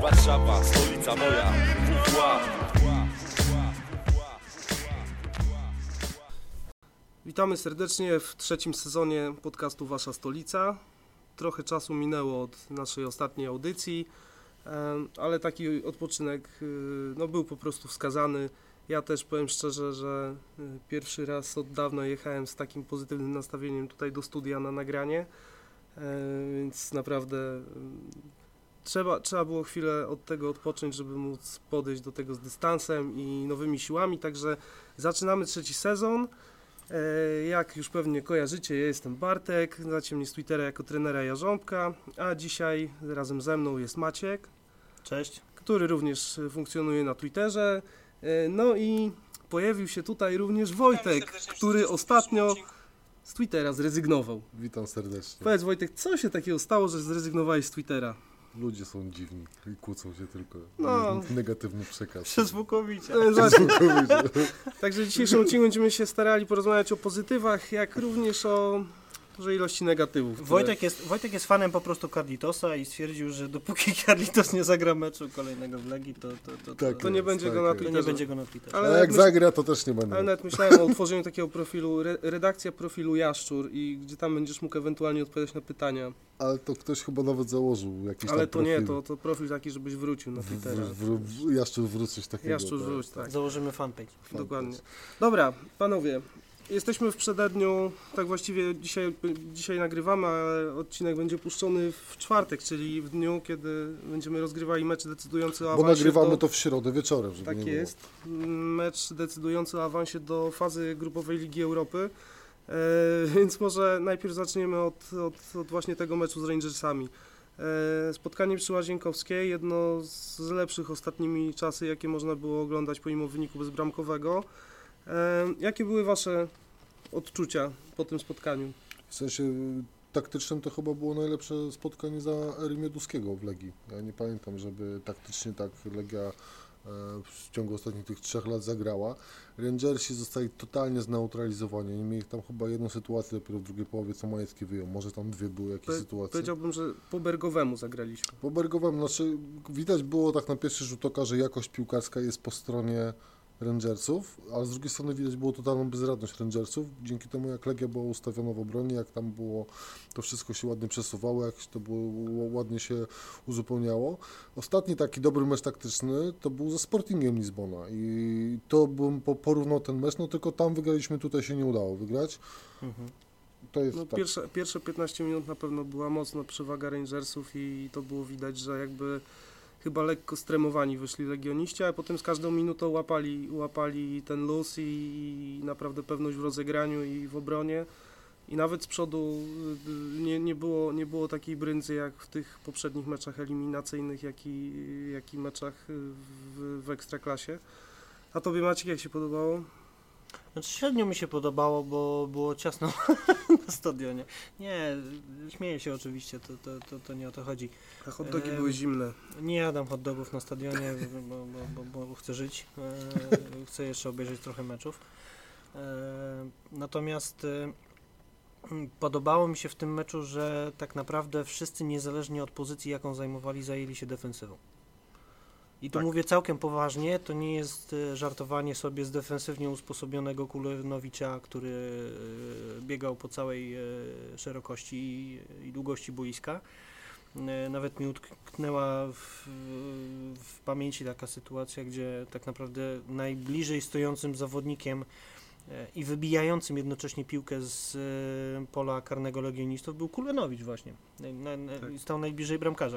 Warszawa, stolica moja, WWA. Witamy serdecznie w trzecim sezonie podcastu Wasza Stolica. Trochę czasu minęło od naszej ostatniej audycji, ale taki odpoczynek był po prostu wskazany. Ja też powiem szczerze, że pierwszy raz od dawna jechałem z takim pozytywnym nastawieniem tutaj do studia na nagranie, więc naprawdę trzeba było chwilę od tego odpocząć, żeby móc podejść do tego z dystansem i nowymi siłami, także zaczynamy trzeci sezon. Jak już pewnie kojarzycie, ja jestem Bartek, znacie mnie z Twittera jako trenera Jarząbka, a dzisiaj razem ze mną jest Maciek. Cześć. Który również funkcjonuje na Twitterze. No i pojawił się tutaj również Wojtek, który ostatnio z Twittera zrezygnował. Witam serdecznie. Powiedz Wojtek, co się takiego stało, że zrezygnowałeś z Twittera? Ludzie są dziwni i kłócą się tylko. No. Negatywny przekaz. Przezwłokowicie. Także w dzisiejszym odcinku będziemy się starali porozmawiać o pozytywach, jak również o dużej ilości negatywów. Wojtek jest fanem po prostu Carlitosa i stwierdził, że dopóki Carlitos nie zagra meczu kolejnego w Legii, to nie będzie go na Twitterze. Ale jak zagra, to też nie będę. Ale nawet myślałem o utworzeniu takiego profilu, redakcja profilu Jaszczur, i gdzie tam będziesz mógł ewentualnie odpowiadać na pytania. Ale to ktoś chyba nawet założył jakiś Ale tam to profil. nie, to profil taki, żebyś wrócił na Twittera. Jaszczur wrócić takiego. Jaszczur wróć, tak. Założymy fanpage. Dokładnie. Dobra, panowie. Jesteśmy w przededniu, tak właściwie dzisiaj nagrywamy, ale odcinek będzie puszczony w czwartek, czyli w dniu, kiedy będziemy rozgrywali mecz decydujący o awansie. Bo nagrywamy to w środę wieczorem, żeby tak nie jest. Mecz decydujący o awansie do fazy grupowej Ligi Europy. Więc może najpierw zaczniemy od właśnie tego meczu z Rangersami. Spotkanie przy Łazienkowskiej, jedno z lepszych ostatnimi czasy, jakie można było oglądać pomimo wyniku bezbramkowego. Jakie były Wasze odczucia po tym spotkaniu? W sensie taktycznym to chyba było najlepsze spotkanie za ery Mioduskiego w Legii. Ja nie pamiętam, żeby taktycznie tak Legia w ciągu ostatnich tych 3 lat zagrała. Rangersi zostali totalnie zneutralizowani. Oni mieli tam chyba jedną sytuację dopiero w drugiej połowie, co Majecki wyjął. Może tam 2 były jakieś sytuacje. Powiedziałbym, że po Bergowemu zagraliśmy. Po Bergowemu, znaczy widać było tak na pierwszy rzut oka, że jakość piłkarska jest po stronie Rangersów, ale z drugiej strony widać było totalną bezradność Rangersów, dzięki temu jak Legia była ustawiona w obronie, jak tam było, to wszystko się ładnie przesuwało, jak to było, ładnie się uzupełniało. Ostatni taki dobry mecz taktyczny to był ze Sportingiem Lizbona i to bym porównał ten mecz, no tylko tam wygraliśmy, tutaj się nie udało wygrać. To jest tak. Pierwsze 15 minut na pewno była mocna przewaga Rangersów i to było widać, że jakby chyba lekko stremowani wyszli legioniści, a potem z każdą minutą łapali ten luz i naprawdę pewność w rozegraniu i w obronie. I nawet z przodu nie było takiej brędzy jak w tych poprzednich meczach eliminacyjnych, jak i meczach w Ekstraklasie. A Tobie, Maciek, jak się podobało? Znaczy średnio mi się podobało, bo było ciasno na stadionie. Nie, śmieję się oczywiście, to nie o to chodzi. A hot dogi były zimne. Nie jadam hot dogów na stadionie, bo chcę żyć. Chcę jeszcze obejrzeć trochę meczów. Natomiast podobało mi się w tym meczu, że tak naprawdę wszyscy, niezależnie od pozycji, jaką zajmowali, zajęli się defensywą. I tu mówię całkiem poważnie, to nie jest żartowanie sobie z defensywnie usposobionego Kulenowicza, który biegał po całej szerokości i długości boiska. Nawet mi utknęła w pamięci taka sytuacja, gdzie tak naprawdę najbliżej stojącym zawodnikiem i wybijającym jednocześnie piłkę z pola karnego legionistów był Kulenowicz właśnie. Stał najbliżej bramkarza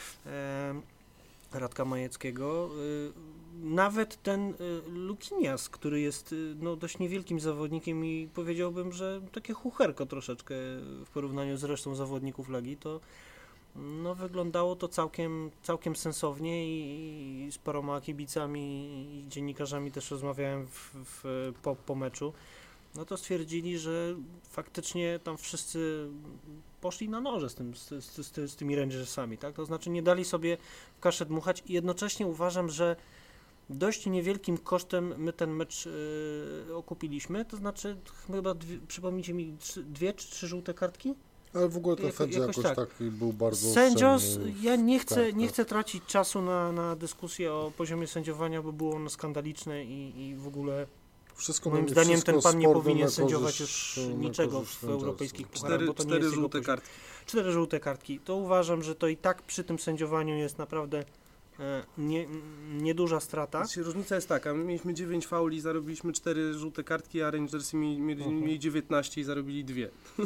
Radka Majeckiego. Nawet ten Lukinias, który jest dość niewielkim zawodnikiem i powiedziałbym, że takie chucherko troszeczkę w porównaniu z resztą zawodników Legii, to wyglądało to całkiem sensownie i z paroma kibicami i dziennikarzami też rozmawiałem po meczu. No to stwierdzili, że faktycznie tam wszyscy poszli na noże z tymi Rangersami, tak? To znaczy nie dali sobie w kaszę dmuchać i jednocześnie uważam, że dość niewielkim kosztem my ten mecz okupiliśmy, to znaczy chyba przypomnijcie mi 2 czy 3 żółte kartki? Ale w ogóle ten Jako- sędzia jakoś jakoś tak. taki był bardzo Sędzios, oszczędny. ja nie Tak. chcę tracić czasu na dyskusję o poziomie sędziowania, bo było ono skandaliczne i w ogóle Wszystko moim na- zdaniem wszystko ten pan nie sportem powinien na sędziować korzyść- już na niczego korzyść w sędziowców. europejskich pucharach, bo to nie Cztery jest jego żółte poziom. kartki. 4 żółte kartki. To uważam, że to i tak przy tym sędziowaniu jest naprawdę nieduża strata. Znaczy, różnica jest taka, my mieliśmy 9 fauli, zarobiliśmy 4 żółte kartki, a Rangersi mieli 19 i zarobili 2.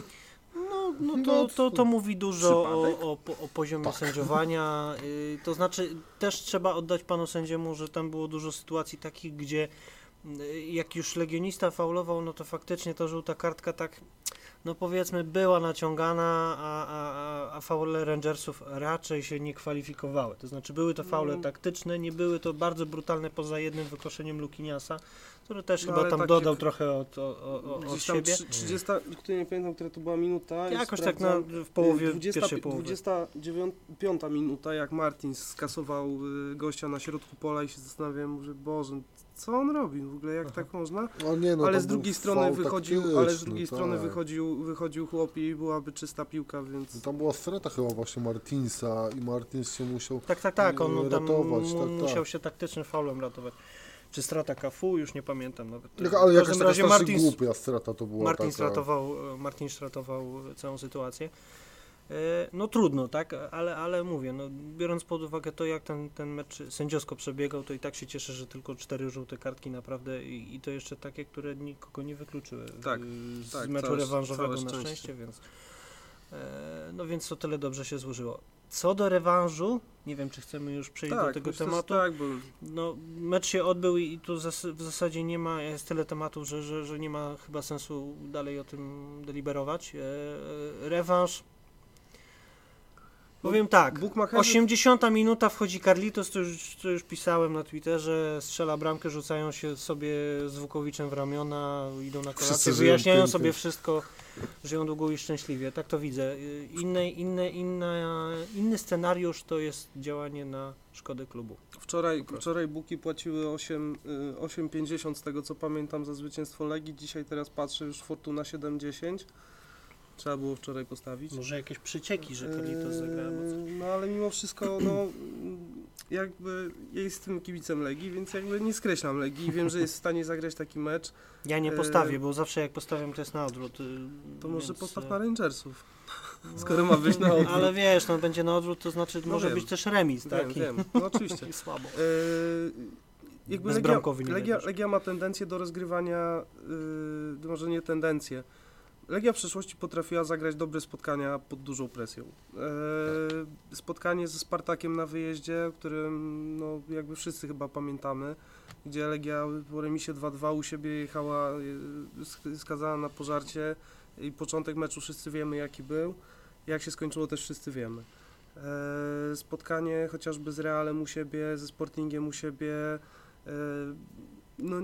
To mówi dużo Przypadek? o poziomie sędziowania. To znaczy też trzeba oddać panu sędziemu, że tam było dużo sytuacji takich, gdzie jak już legionista faulował, no to faktycznie ta żółta kartka tak, no powiedzmy, była naciągana, a faule Rangersów raczej się nie kwalifikowały. To znaczy były to faule taktyczne, nie były to bardzo brutalne poza jednym wykoszeniem Lukiniasa, który też No, chyba ale tam tak dodał jak trochę od Gdzieś tam siebie. 30, który nie pamiętam, która to była minuta. Jakoś tak sprawdzam. w połowie 20, pierwszej połowy. 25 minuta, jak Martins skasował gościa na środku pola i się zastanawiałem, że Boże, co on robi w ogóle, jak tak można? O nie, no Ale to z był drugiej strony faul wychodził, taktyczny, tak. wychodził chłop i byłaby czysta piłka, więc... Tam była strata chyba właśnie Martinsa i Martins się musiał Tak, on tam ratować, musiał się taktycznym faulem ratować. Czy strata Cafu, już nie pamiętam nawet. Ale W jakaś każdym taka razie strasznie głupia strata to była Martin stratował całą sytuację. No trudno, tak, ale mówię, no, biorąc pod uwagę to, jak ten mecz sędziowsko przebiegał, to i tak się cieszę, że tylko 4 żółte kartki naprawdę i to jeszcze takie, które nikogo nie wykluczyły z meczu rewanżowego na szczęście, więc no więc to tyle dobrze się złożyło. Co do rewanżu, nie wiem, czy chcemy już przejść do tego myślę, tematu. Tak, bo No, mecz się odbył i tu w zasadzie nie ma, jest tyle tematów, że nie ma chyba sensu dalej o tym deliberować. Rewanż. Powiem tak, Bookmacherzy- 80 minuta wchodzi Carlitos, to już pisałem na Twitterze, strzela bramkę, rzucają się sobie z Wukowiczem w ramiona, idą na kolację, Wszyscy żyją wyjaśniają pięknie. sobie wszystko, żyją długo i szczęśliwie, tak to widzę. Inny scenariusz to jest działanie na szkodę klubu. Wczoraj Buki płaciły 8,50 z tego co pamiętam za zwycięstwo Legii, dzisiaj teraz patrzę już Fortuna 7,10. Trzeba było wczoraj postawić. Może jakieś przycieki, że Carlitos zagra. No ale mimo wszystko, no jakby ja jestem kibicem Legii, więc jakby nie skreślam Legii. Wiem, że jest w stanie zagrać taki mecz. Ja nie postawię, bo zawsze jak postawiam, to jest na odwrót. To może więc, postaw na Rangersów. Skoro ma być na odwrót. Ale wiesz, no będzie na odwrót, to znaczy No może wiem. być też remis, tak? Wiem. No oczywiście. I słabo. Jakby Bezbramkowy nie będziesz. Legia ma tendencję do rozgrywania, może nie tendencję. Legia w przeszłości potrafiła zagrać dobre spotkania pod dużą presją. Spotkanie ze Spartakiem na wyjeździe, o którym no, jakby wszyscy chyba pamiętamy, gdzie Legia po remisie 2-2 u siebie jechała skazana na pożarcie i początek meczu wszyscy wiemy jaki był, jak się skończyło też wszyscy wiemy. Spotkanie chociażby z Realem u siebie, ze Sportingiem u siebie, no,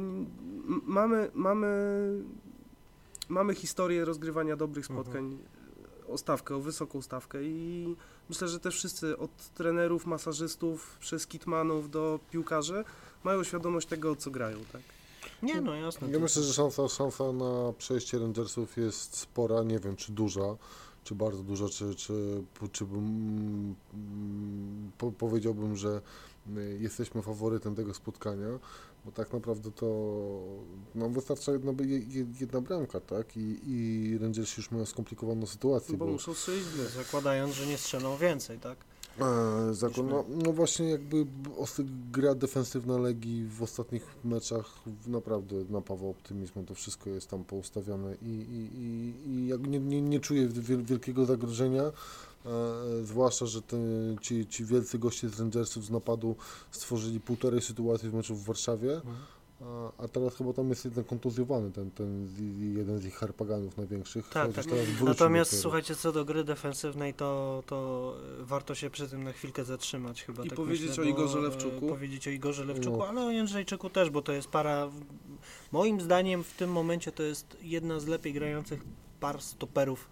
mamy historię rozgrywania dobrych spotkań, o stawkę, o wysoką stawkę i myślę, że też wszyscy od trenerów, masażystów, przez kitmanów do piłkarzy mają świadomość tego, o co grają, tak? Nie, no jasne. Ja myślę, że szansa na przejście Rangersów jest spora, nie wiem czy duża, czy bardzo duża, czy powiedziałbym, że jesteśmy faworytem tego spotkania, bo tak naprawdę to nam wystarcza jedna bramka, tak? I Rangersi już mają skomplikowaną sytuację. Bo muszą strzelić dwie. Zakładając, że nie strzelą więcej, tak? No właśnie jakby gra defensywna Legii w ostatnich meczach naprawdę napawa optymizmem, to wszystko jest tam poustawiane i jak nie czuję wielkiego zagrożenia, zwłaszcza, że ci wielcy goście z Rangersów z napadu stworzyli półtorej sytuacji w meczu w Warszawie, a teraz chyba tam jest jeden kontuzjowany, jeden z ich harpaganów największych. Tak. Teraz wrócił Natomiast dopiero. słuchajcie, co do gry defensywnej, to warto się przy tym na chwilkę zatrzymać chyba. I tak powiedzieć myślę, o bo, Igorze Lewczuku. Powiedzieć o Igorze Lewczuku, No. ale o Jędrzejczyku też, bo to jest para, moim zdaniem w tym momencie to jest jedna z lepiej grających par stoperów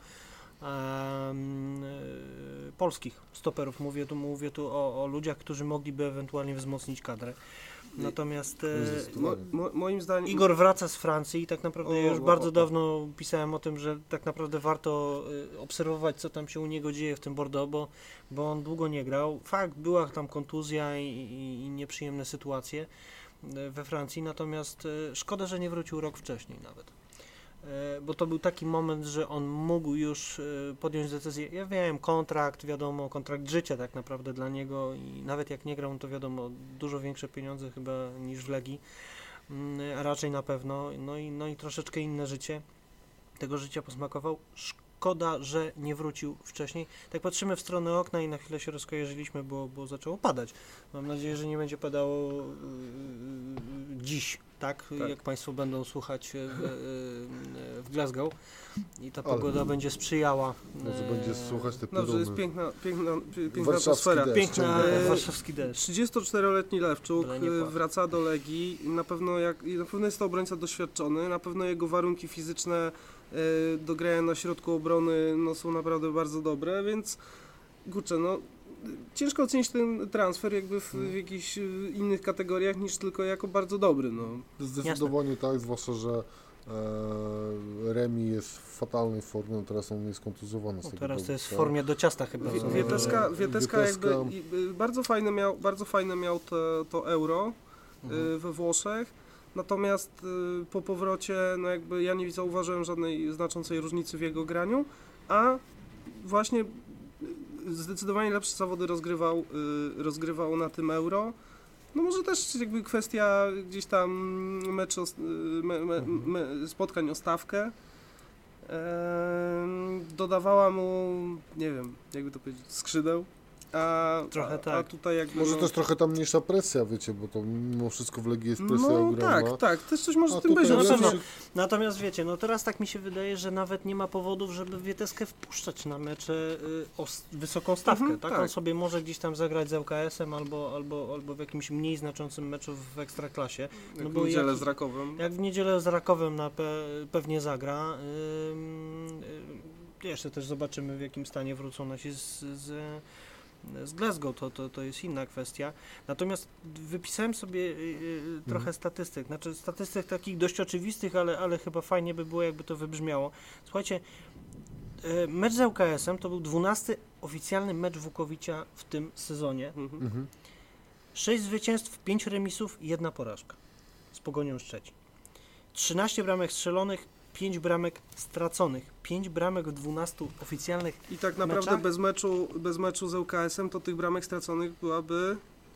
polskich stoperów. Mówię tu o ludziach, którzy mogliby ewentualnie wzmocnić kadrę. Natomiast Moim zdaniem... Igor wraca z Francji i tak naprawdę ja już bardzo dawno pisałem o tym, że tak naprawdę warto obserwować, co tam się u niego dzieje w tym Bordeaux, bo on długo nie grał. Fakt, była tam kontuzja i nieprzyjemne sytuacje we Francji, natomiast szkoda, że nie wrócił rok wcześniej nawet. Bo to był taki moment, że on mógł już podjąć decyzję. Ja wiem, kontrakt, wiadomo, kontrakt życia tak naprawdę dla niego i nawet jak nie grał, to wiadomo, dużo większe pieniądze chyba niż w Legii, a raczej na pewno, no i troszeczkę inne życie. Tego życia posmakował. Szkoda, że nie wrócił wcześniej. Tak patrzymy w stronę okna i na chwilę się rozkojarzyliśmy, bo zaczęło padać. Mam nadzieję, że nie będzie padało dziś, tak? Jak Państwo będą słuchać w Glasgow i ta pogoda będzie sprzyjała. Może będzie słuchać te pioruny. Dobrze, jest piękna atmosfera. Piękna warszawski deszcz. 34-letni Lewczuk wraca do Legii. Na pewno jest to obrońca doświadczony. Na pewno jego warunki fizyczne do grania na środku obrony są naprawdę bardzo dobre, więc kurczę, ciężko ocenić ten transfer jakby w jakichś innych kategoriach niż tylko jako bardzo dobry. Zdecydowanie tak, zwłaszcza, że Remi jest w fatalnej formie, teraz on jest kontuzowany. Teraz to jest w formie do ciasta chyba. Wieteska jakby bardzo fajne miał to Euro we Włoszech. Natomiast po powrocie, jakby ja nie zauważyłem żadnej znaczącej różnicy w jego graniu, a właśnie zdecydowanie lepsze zawody rozgrywał na tym Euro. Może też jakby kwestia gdzieś tam spotkań o stawkę. Dodawała mu, nie wiem, jakby to powiedzieć, skrzydeł. A tutaj jakby może też trochę tam mniejsza presja, wiecie, bo to mimo wszystko w Legii jest presja ogromna. Tak, też coś może w tym być. Natomiast wiecie, teraz tak mi się wydaje, że nawet nie ma powodów, żeby Wieteskę wpuszczać na mecze o wysoką stawkę, tak? On sobie może gdzieś tam zagrać z ŁKS-em albo w jakimś mniej znaczącym meczu w Ekstraklasie. Jak w niedzielę z Rakowem. Jak w niedzielę z Rakowem pewnie zagra. Jeszcze też zobaczymy, w jakim stanie wrócą nasi z Glasgow, to jest inna kwestia. Natomiast wypisałem sobie trochę statystyk takich dość oczywistych, ale chyba fajnie by było, jakby to wybrzmiało. Słuchajcie, mecz z ŁKS-em to był 12 oficjalny mecz Wukowicia w tym sezonie. 6 zwycięstw, 5 remisów i 1 porażka z Pogonią Szczecin. 13 bramek strzelonych, 5 bramek straconych, 5 bramek w 12 oficjalnych i tak naprawdę meczach? bez meczu z ŁKS-em to tych bramek straconych byłaby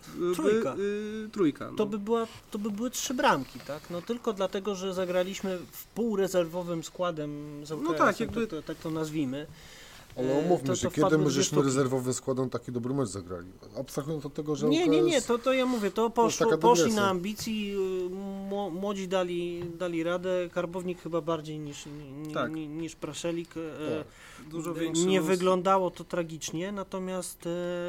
trójka. To by były 3 bramki, tak? Tylko dlatego, że zagraliśmy w półrezerwowym składem z ŁKS-em, tak to nazwijmy. Ale umówmy się, kiedy my żeśmy rezerwowym składem taki dobry mecz zagrali? Abstrahując od tego, że Nie, to ja mówię, to poszli na ambicji, młodzi dali radę, Karbownik chyba bardziej niż Praszelik. Dużo większy nie wyglądało to tragicznie, natomiast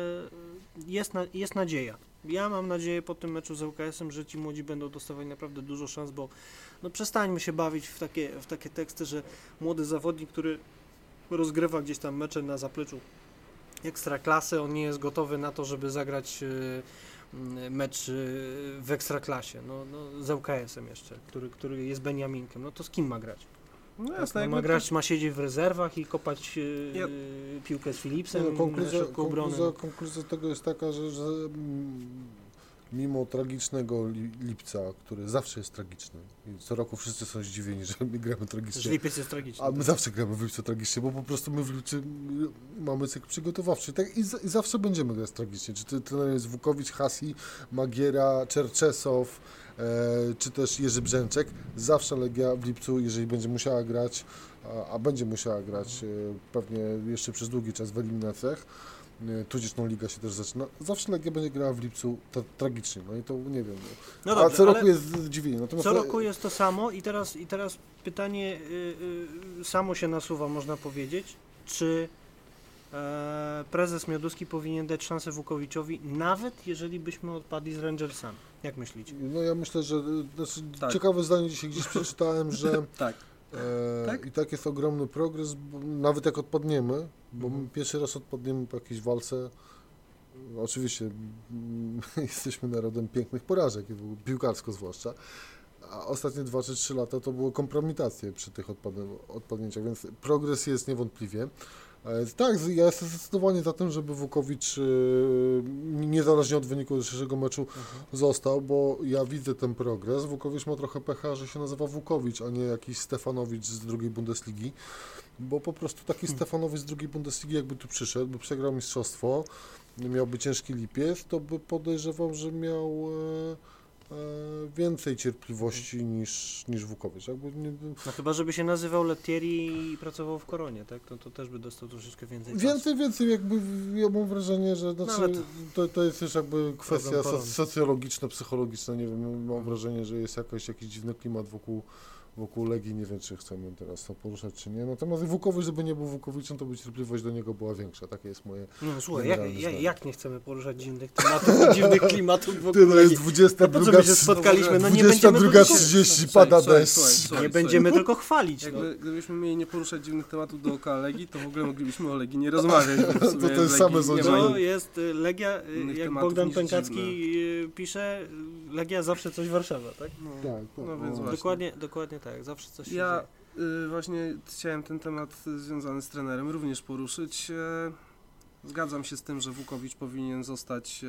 jest nadzieja. Ja mam nadzieję po tym meczu z ŁKS-em, że ci młodzi będą dostawać naprawdę dużo szans, bo przestańmy się bawić w takie teksty, że młody zawodnik, który rozgrywa gdzieś tam mecze na zapleczu Ekstraklasy, on nie jest gotowy na to, żeby zagrać mecz w Ekstraklasie, z ŁKS-em jeszcze, który jest Beniaminkiem, to z kim ma grać? Jasne, ma siedzieć w rezerwach i kopać piłkę z Philipsem. Konkluzja tego jest taka, że mimo tragicznego lipca, który zawsze jest tragiczny i co roku wszyscy są zdziwieni, że my gramy tragicznie. Że lipiec jest tragiczny. A my zawsze gramy w lipcu tragicznie, bo po prostu my w lipcu mamy cykl przygotowawczy. Tak, i zawsze będziemy grać tragicznie. Czy to trener jest Wukowicz, Hasi, Magiera, Czerczesow, czy też Jerzy Brzęczek. Zawsze Legia w lipcu, jeżeli będzie musiała grać, a będzie musiała grać pewnie jeszcze przez długi czas w eliminacjach, tudzież liga się też zaczyna. Zawsze Legia będzie grała w lipcu tragicznie, i to nie wiem. Dobrze, a co roku jest zdziwienie. Natomiast co roku jest to samo i teraz pytanie samo się nasuwa, można powiedzieć, czy prezes Mioduski powinien dać szansę Wukowiczowi, nawet jeżeli byśmy odpadli z Rangersami. Jak myślicie? Ja myślę, że ciekawe zdanie dzisiaj gdzieś przeczytałem, że tak. I tak jest ogromny progres, nawet jak odpadniemy, bo my pierwszy raz odpadniemy po jakiejś walce Oczywiście jesteśmy narodem pięknych porażek, piłkarsko zwłaszcza, a ostatnie 2 czy 3 lata to było kompromitacje przy tych odpadnięciach, więc progres jest niewątpliwie. Tak, ja jestem zdecydowanie za tym, żeby Wukowicz niezależnie od wyniku dzisiejszego meczu został, bo ja widzę ten progres. Wukowicz ma trochę pecha, że się nazywa Wukowicz, a nie jakiś Stefanowicz z drugiej Bundesligi, bo po prostu taki Stefanowicz z drugiej Bundesligi jakby tu przyszedł, by przegrał mistrzostwo, miałby ciężki lipiec, to by podejrzewam, że miał więcej cierpliwości niż Wukowicz. Jakby No chyba, żeby się nazywał Lettieri i pracował w Koronie, tak? To też by dostał troszeczkę więcej czasu. Więcej jakby, ja mam wrażenie, że Nawet to jest już jakby kwestia Korony. socjologiczna, psychologiczna, nie wiem, mam wrażenie, że jest jakiś dziwny klimat wokół Legii, nie wiem, czy chcemy teraz to poruszać, czy nie. Natomiast Wukowicz, żeby nie był Wukowiczem, to by cierpliwość do niego była większa, takie jest moje No słuchaj, generalne zdanie. jak nie chcemy poruszać dziwnych tematów, dziwnych klimatów w Ty, no ogóle? jest No 22, po co my się spotkaliśmy? No nie będziemy tylko, 22:30, pada deszcz. nie będziemy tylko chwalić. No. Gdybyśmy mieli nie poruszać dziwnych tematów dookoła Legii, to w ogóle moglibyśmy o Legii nie rozmawiać. Bo w sumie To jest Legii same nie złodzieje. ma To jest Legia, innych jak tematów Bogdan niż Pękacki pisze, Legia zawsze coś Warszawa, tak? Tak, No więc właśnie. Dokładnie tak, zawsze coś się Ja dzieje. właśnie chciałem ten temat związany z trenerem również poruszyć. Zgadzam się z tym, że Wukowicz powinien zostać.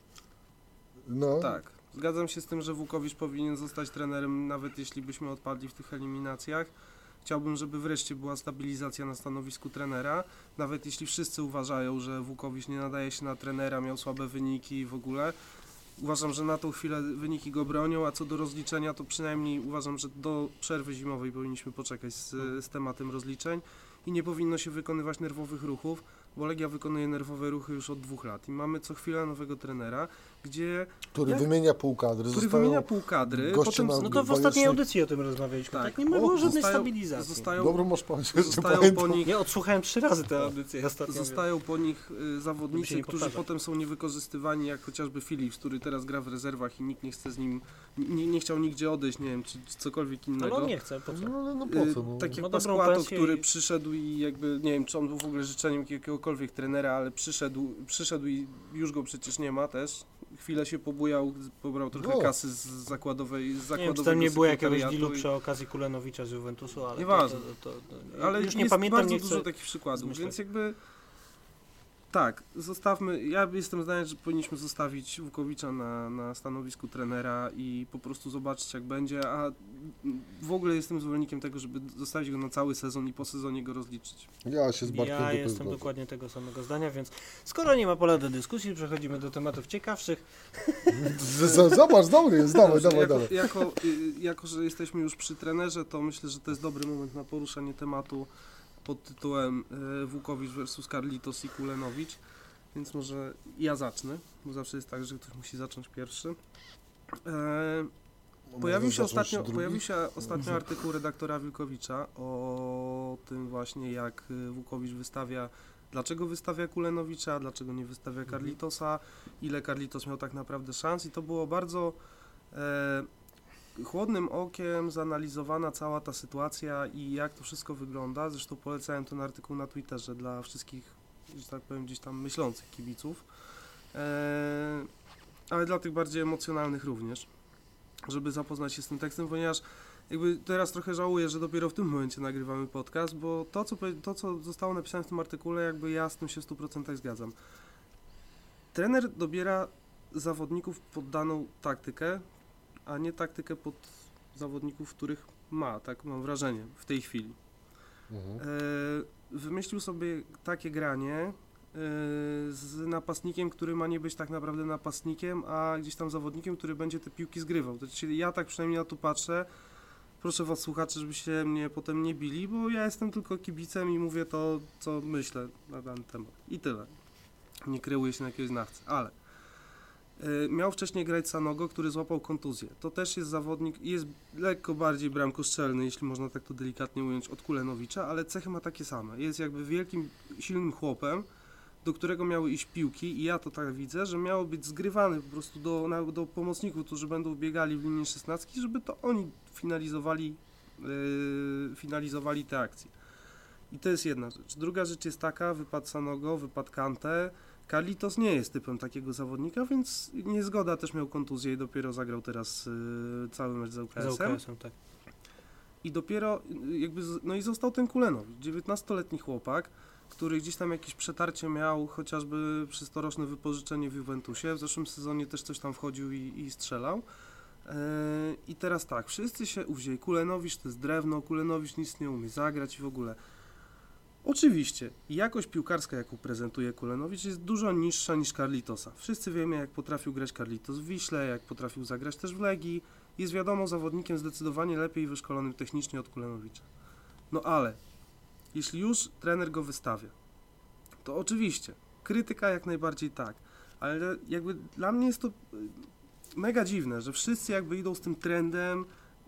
No, Tak, zgadzam się z tym, że Wukowicz powinien zostać trenerem, nawet jeśli byśmy odpadli w tych eliminacjach. Chciałbym, żeby wreszcie była stabilizacja na stanowisku trenera, nawet jeśli wszyscy uważają, że Wukowicz nie nadaje się na trenera, miał słabe wyniki i w ogóle. Uważam, że na tą chwilę wyniki go bronią, a co do rozliczenia, to przynajmniej uważam, że do przerwy zimowej powinniśmy poczekać z tematem rozliczeń i nie powinno się wykonywać nerwowych ruchów, bo Legia wykonuje nerwowe ruchy już od 2 lat i mamy co chwilę nowego trenera, który wymienia pół kadry. który wymienia pół kadry, goście potem na- No to w ostatniej audycji o tym rozmawialiśmy, tak? Nie było żadnej stabilizacji. Dobrą masz pamięć, jeszcze Zostają po pamiętam. nich Nie, odsłuchałem 3 razy tę audycję ostatnio. Zostają po nich Żeby się zawodnicy, nie którzy powtarzać. potem są niewykorzystywani, jak chociażby Philips, który teraz gra w rezerwach i nikt nie chce z nim, nie chciał nigdzie odejść, nie wiem, czy cokolwiek innego. Ale on nie chce, po co? No po co? No. Tak jak Ma dobrą Pasquato, pensję który i- przyszedł i jakby, nie wiem, czy on był w ogóle życzeniem jakiegokolwiek trenera, ale przyszedł i już go przecież nie ma też. Chwilę się pobujał, pobrał trochę No. kasy z zakładowej, z Nie wiem, zakładowego czy tam nie było jakiegoś sekretariatu dealu i- przy okazji Kulenowicza z Juventusu, ale Nieważne. Ale już nie jest pamiętam, bardzo nie chcę dużo takich przykładów, zmyślać. więc jakby tak, zostawmy, ja jestem zdania, że powinniśmy zostawić Wukowicza na stanowisku trenera i po prostu zobaczyć jak będzie, a w ogóle jestem zwolennikiem tego, żeby zostawić go na cały sezon i po sezonie go rozliczyć. Ja się z Bartkiem Ja tutaj jestem zgodzę. dokładnie tego samego zdania, więc skoro nie ma pola do dyskusji, przechodzimy do tematów ciekawszych. Zobacz, dobry jest, dawaj. Jako, że jesteśmy już przy trenerze, to myślę, że to jest dobry moment na poruszenie tematu pod tytułem Wukowicz versus Carlitos i Kulenowicz, więc może ja zacznę, bo zawsze jest tak, że ktoś musi zacząć pierwszy. Pojawił się ostatnio artykuł redaktora Wilkowicza o tym właśnie, jak Wukowicz dlaczego wystawia Kulenowicza, dlaczego nie wystawia Carlitosa, ile Carlitos miał tak naprawdę szans i to było bardzo chłodnym okiem zanalizowana cała ta sytuacja i jak to wszystko wygląda. Zresztą polecałem ten artykuł na Twitterze dla wszystkich, że tak powiem, gdzieś tam myślących kibiców, ale dla tych bardziej emocjonalnych również, żeby zapoznać się z tym tekstem, ponieważ jakby teraz trochę żałuję, że dopiero w tym momencie nagrywamy podcast, bo to, co zostało napisane w tym artykule, jakby ja z tym się w 100% zgadzam. Trener dobiera zawodników pod daną taktykę, a nie taktykę pod zawodników, których ma, tak mam wrażenie, w tej chwili. Wymyślił sobie takie granie z napastnikiem, który ma nie być tak naprawdę napastnikiem, a gdzieś tam zawodnikiem, który będzie te piłki zgrywał. Czyli ja tak przynajmniej na to patrzę. Proszę was słuchacze, żebyście mnie potem nie bili, bo ja jestem tylko kibicem i mówię to, co myślę na dany temat. I tyle. Nie kreuję się na jakiegoś znawcy, ale miał wcześniej grać Sanogo, który złapał kontuzję. To też jest zawodnik, jest lekko bardziej bramkostrzelny, jeśli można tak to delikatnie ująć, od Kulenowicza, ale cechy ma takie same. Jest jakby wielkim, silnym chłopem, do którego miały iść piłki i ja to tak widzę, że miało być zgrywany po prostu do pomocników, którzy będą biegali w linii 16, żeby to oni finalizowali te akcje. I to jest jedna rzecz. Druga rzecz jest taka, wypadł Sanogo, wypadł Kante. Carlitos nie jest typem takiego zawodnika, więc niezgoda, też miał kontuzję i dopiero zagrał teraz cały mecz z ŁKS-em. Tak. I dopiero jakby, no i został ten Kulenowicz, 19-letni chłopak, który gdzieś tam jakieś przetarcie miał, chociażby przez toroczne wypożyczenie w Juventusie. W zeszłym sezonie też coś tam wchodził i strzelał. I teraz tak, wszyscy się uwzięli, Kulenowicz to jest drewno, Kulenowicz nic nie umie zagrać i w ogóle. Oczywiście, jakość piłkarska, jaką prezentuje Kulenowicz, jest dużo niższa niż Carlitosa. Wszyscy wiemy, jak potrafił grać Carlitos w Wiśle, jak potrafił zagrać też w Legii. Jest wiadomo zawodnikiem zdecydowanie lepiej wyszkolonym technicznie od Kulenowicza. No ale, jeśli już trener go wystawia, to oczywiście, krytyka jak najbardziej tak, ale jakby dla mnie jest to mega dziwne, że wszyscy jakby idą z tym trendem,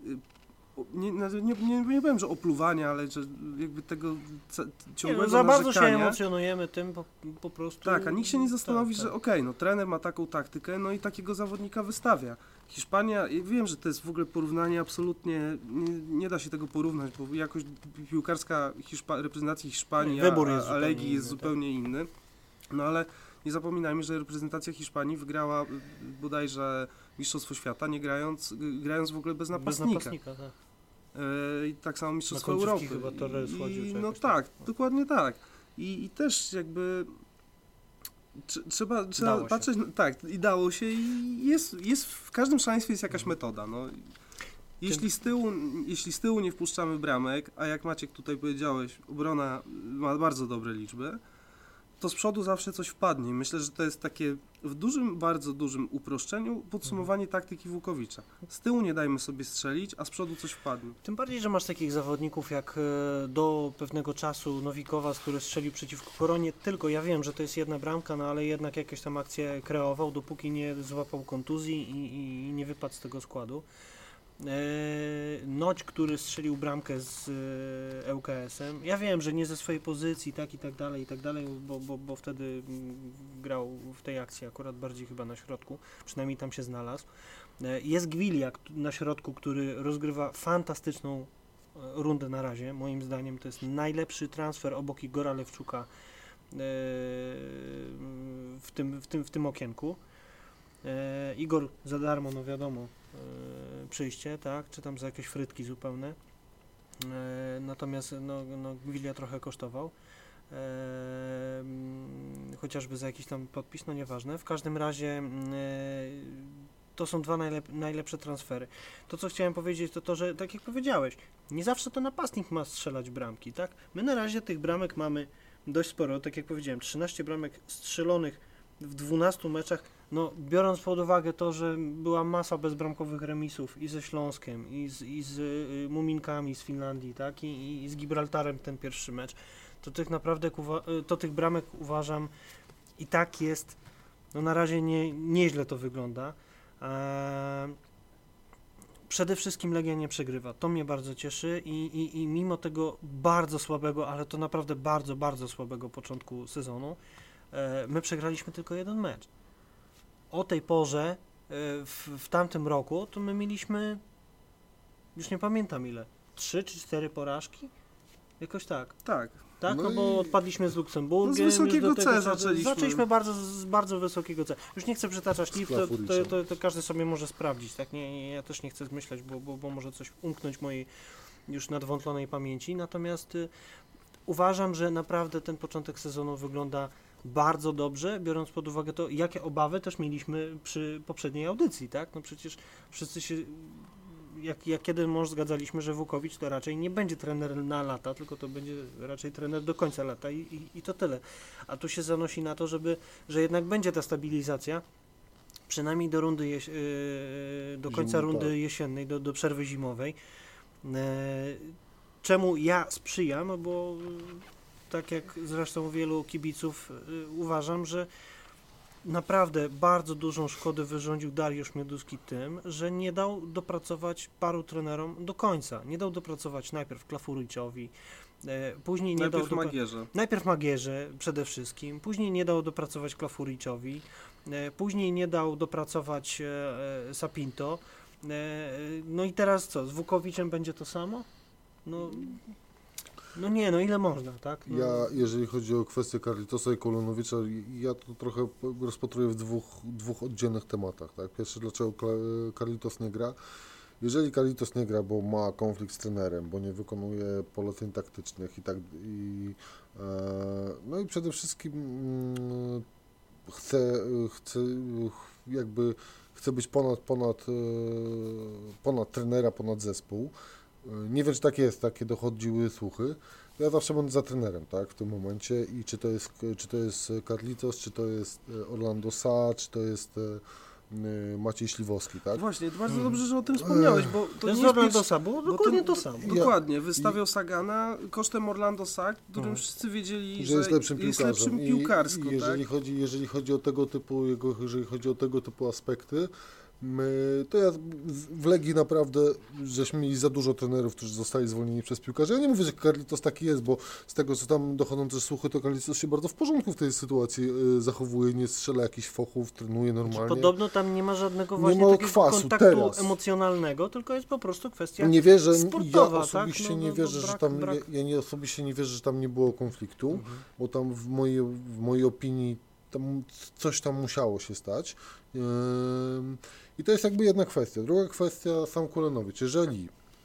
nie powiem, że opluwania, ale że jakby tego ciągłego za bardzo narzekania. się emocjonujemy tym po prostu. Tak, a nikt się nie zastanowi, tak. że okej, no trener ma taką taktykę, no i takiego zawodnika wystawia. Hiszpania, ja wiem, że to jest w ogóle porównanie absolutnie, nie da się tego porównać, bo jakość piłkarska reprezentacji Hiszpanii, a Legii jest zupełnie inny. No ale nie zapominajmy, że reprezentacja Hiszpanii wygrała bodajże Mistrzostwo Świata, nie grając w ogóle bez napastnika. Bez napastnika, tak. I tak samo Mistrzostwo Europy. Chyba Torres chodził, no tak, dokładnie tak. I też jakby trzeba patrzeć, tak, i dało się i jest w każdym szaleństwie jest jakaś metoda. No. Jeśli z tyłu nie wpuszczamy bramek, a jak Maciek tutaj powiedziałeś, obrona ma bardzo dobre liczby, to z przodu zawsze coś wpadnie. Myślę, że to jest takie w bardzo dużym uproszczeniu podsumowanie taktyki Włókowicza. Z tyłu nie dajmy sobie strzelić, a z przodu coś wpadnie. Tym bardziej, że masz takich zawodników jak do pewnego czasu Nowikowas, który strzelił przeciwko Koronie, tylko ja wiem, że to jest jedna bramka, no ale jednak jakieś tam akcje kreował, dopóki nie złapał kontuzji i nie wypadł z tego składu. Noć, który strzelił bramkę z ŁKS-em. Ja wiem, że nie ze swojej pozycji, tak i tak dalej, bo wtedy grał w tej akcji akurat bardziej chyba na środku, przynajmniej tam się znalazł. Jest Gwilia na środku, który rozgrywa fantastyczną rundę na razie. Moim zdaniem to jest najlepszy transfer obok Igora Lewczuka w tym okienku. Igor za darmo, no wiadomo, przyjście, tak, czy tam za jakieś frytki zupełne, natomiast no Gwilia trochę kosztował, chociażby za jakiś tam podpis, no nieważne, w każdym razie to są dwa najlepsze transfery. To, co chciałem powiedzieć, to, że tak jak powiedziałeś, nie zawsze to napastnik ma strzelać bramki, tak, my na razie tych bramek mamy dość sporo, tak jak powiedziałem, 13 bramek strzelonych w 12 meczach. No, biorąc pod uwagę to, że była masa bezbramkowych remisów i ze Śląskiem, i z Muminkami z Finlandii, tak, i z Gibraltarem ten pierwszy mecz, to tych naprawdę tych bramek uważam i tak jest, no na razie nieźle to wygląda. Przede wszystkim Legia nie przegrywa, to mnie bardzo cieszy i mimo tego bardzo słabego, ale to naprawdę bardzo, bardzo słabego początku sezonu, my przegraliśmy tylko jeden mecz. O tej porze w tamtym roku to my mieliśmy, już nie pamiętam ile, 3 czy 4 porażki? Jakoś tak. Tak. Tak, no bo odpadliśmy z Luksemburgiem. No z wysokiego C zaczęliśmy. Zaczęliśmy z bardzo wysokiego C. Już nie chcę przytaczać liczb, to każdy sobie może sprawdzić, tak? Ja też nie chcę zmyślać, bo może coś umknąć mojej już nadwątlonej pamięci. Natomiast uważam, że naprawdę ten początek sezonu wygląda bardzo dobrze, biorąc pod uwagę to, jakie obawy też mieliśmy przy poprzedniej audycji, tak? No przecież wszyscy się, jak kiedy zgadzaliśmy, że Włókowicz to raczej nie będzie trener na lata, tylko to będzie raczej trener do końca lata i to tyle. A tu się zanosi na to, że jednak będzie ta stabilizacja, przynajmniej do rundy do końca rundy jesiennej, do przerwy zimowej. Czemu ja sprzyjam, bo tak jak zresztą wielu kibiców uważam, że naprawdę bardzo dużą szkodę wyrządził Dariusz Mioduski tym, że nie dał dopracować paru trenerom do końca. Nie dał dopracować najpierw Klafuriczowi, później nie dał Magierze. Najpierw Magierze przede wszystkim, później nie dał dopracować Klafuriczowi, później nie dał dopracować Sapinto. No i teraz co, z Włókowiczem będzie to samo? No No nie, no ile można, tak? No, Jeżeli chodzi o kwestię Carlitosa i Kolonowicza, ja to trochę rozpatruję w dwóch oddzielnych tematach. Tak? Pierwszy, dlaczego Carlitos nie gra. Jeżeli Carlitos nie gra, bo ma konflikt z trenerem, bo nie wykonuje poleceń taktycznych no i przede wszystkim chce być ponad trenera, ponad zespół. Nie wiem, czy tak jest, takie dochodziły słuchy. Ja zawsze będę za trenerem, tak, w tym momencie i czy to jest Carlitos, czy to jest Orlando Sa, czy to jest Maciej Śliwowski, tak? Właśnie, bardzo dobrze, że o tym wspomniałeś, bo to nie jest Orlandosa było dokładnie to samo. Dokładnie, wystawiał Sagana kosztem Orlando Sa, którym wszyscy wiedzieli, że jest lepszym jest piłkarzem. lepszym piłkarsko. Jeżeli chodzi o tego typu aspekty, to ja w Legii naprawdę, żeśmy mieli za dużo trenerów, którzy zostali zwolnieni przez piłkarzy. Ja nie mówię, że Carlitos taki jest, bo z tego, co tam dochodzą też słuchy, to Carlitos się bardzo w porządku w tej sytuacji zachowuje, nie strzela jakichś fochów, trenuje normalnie. Podobno tam nie ma żadnego właśnie ma takiego kwasu kontaktu teraz. emocjonalnego, tylko jest po prostu kwestia Nie wierzę, sportowa, ja osobiście tak? nie wierzę, że tam, ja osobiście nie wierzę, że tam nie było konfliktu, bo tam w mojej opinii coś tam musiało się stać. I to jest jakby jedna kwestia. Druga kwestia, sam Kulenowicz. Jeżeli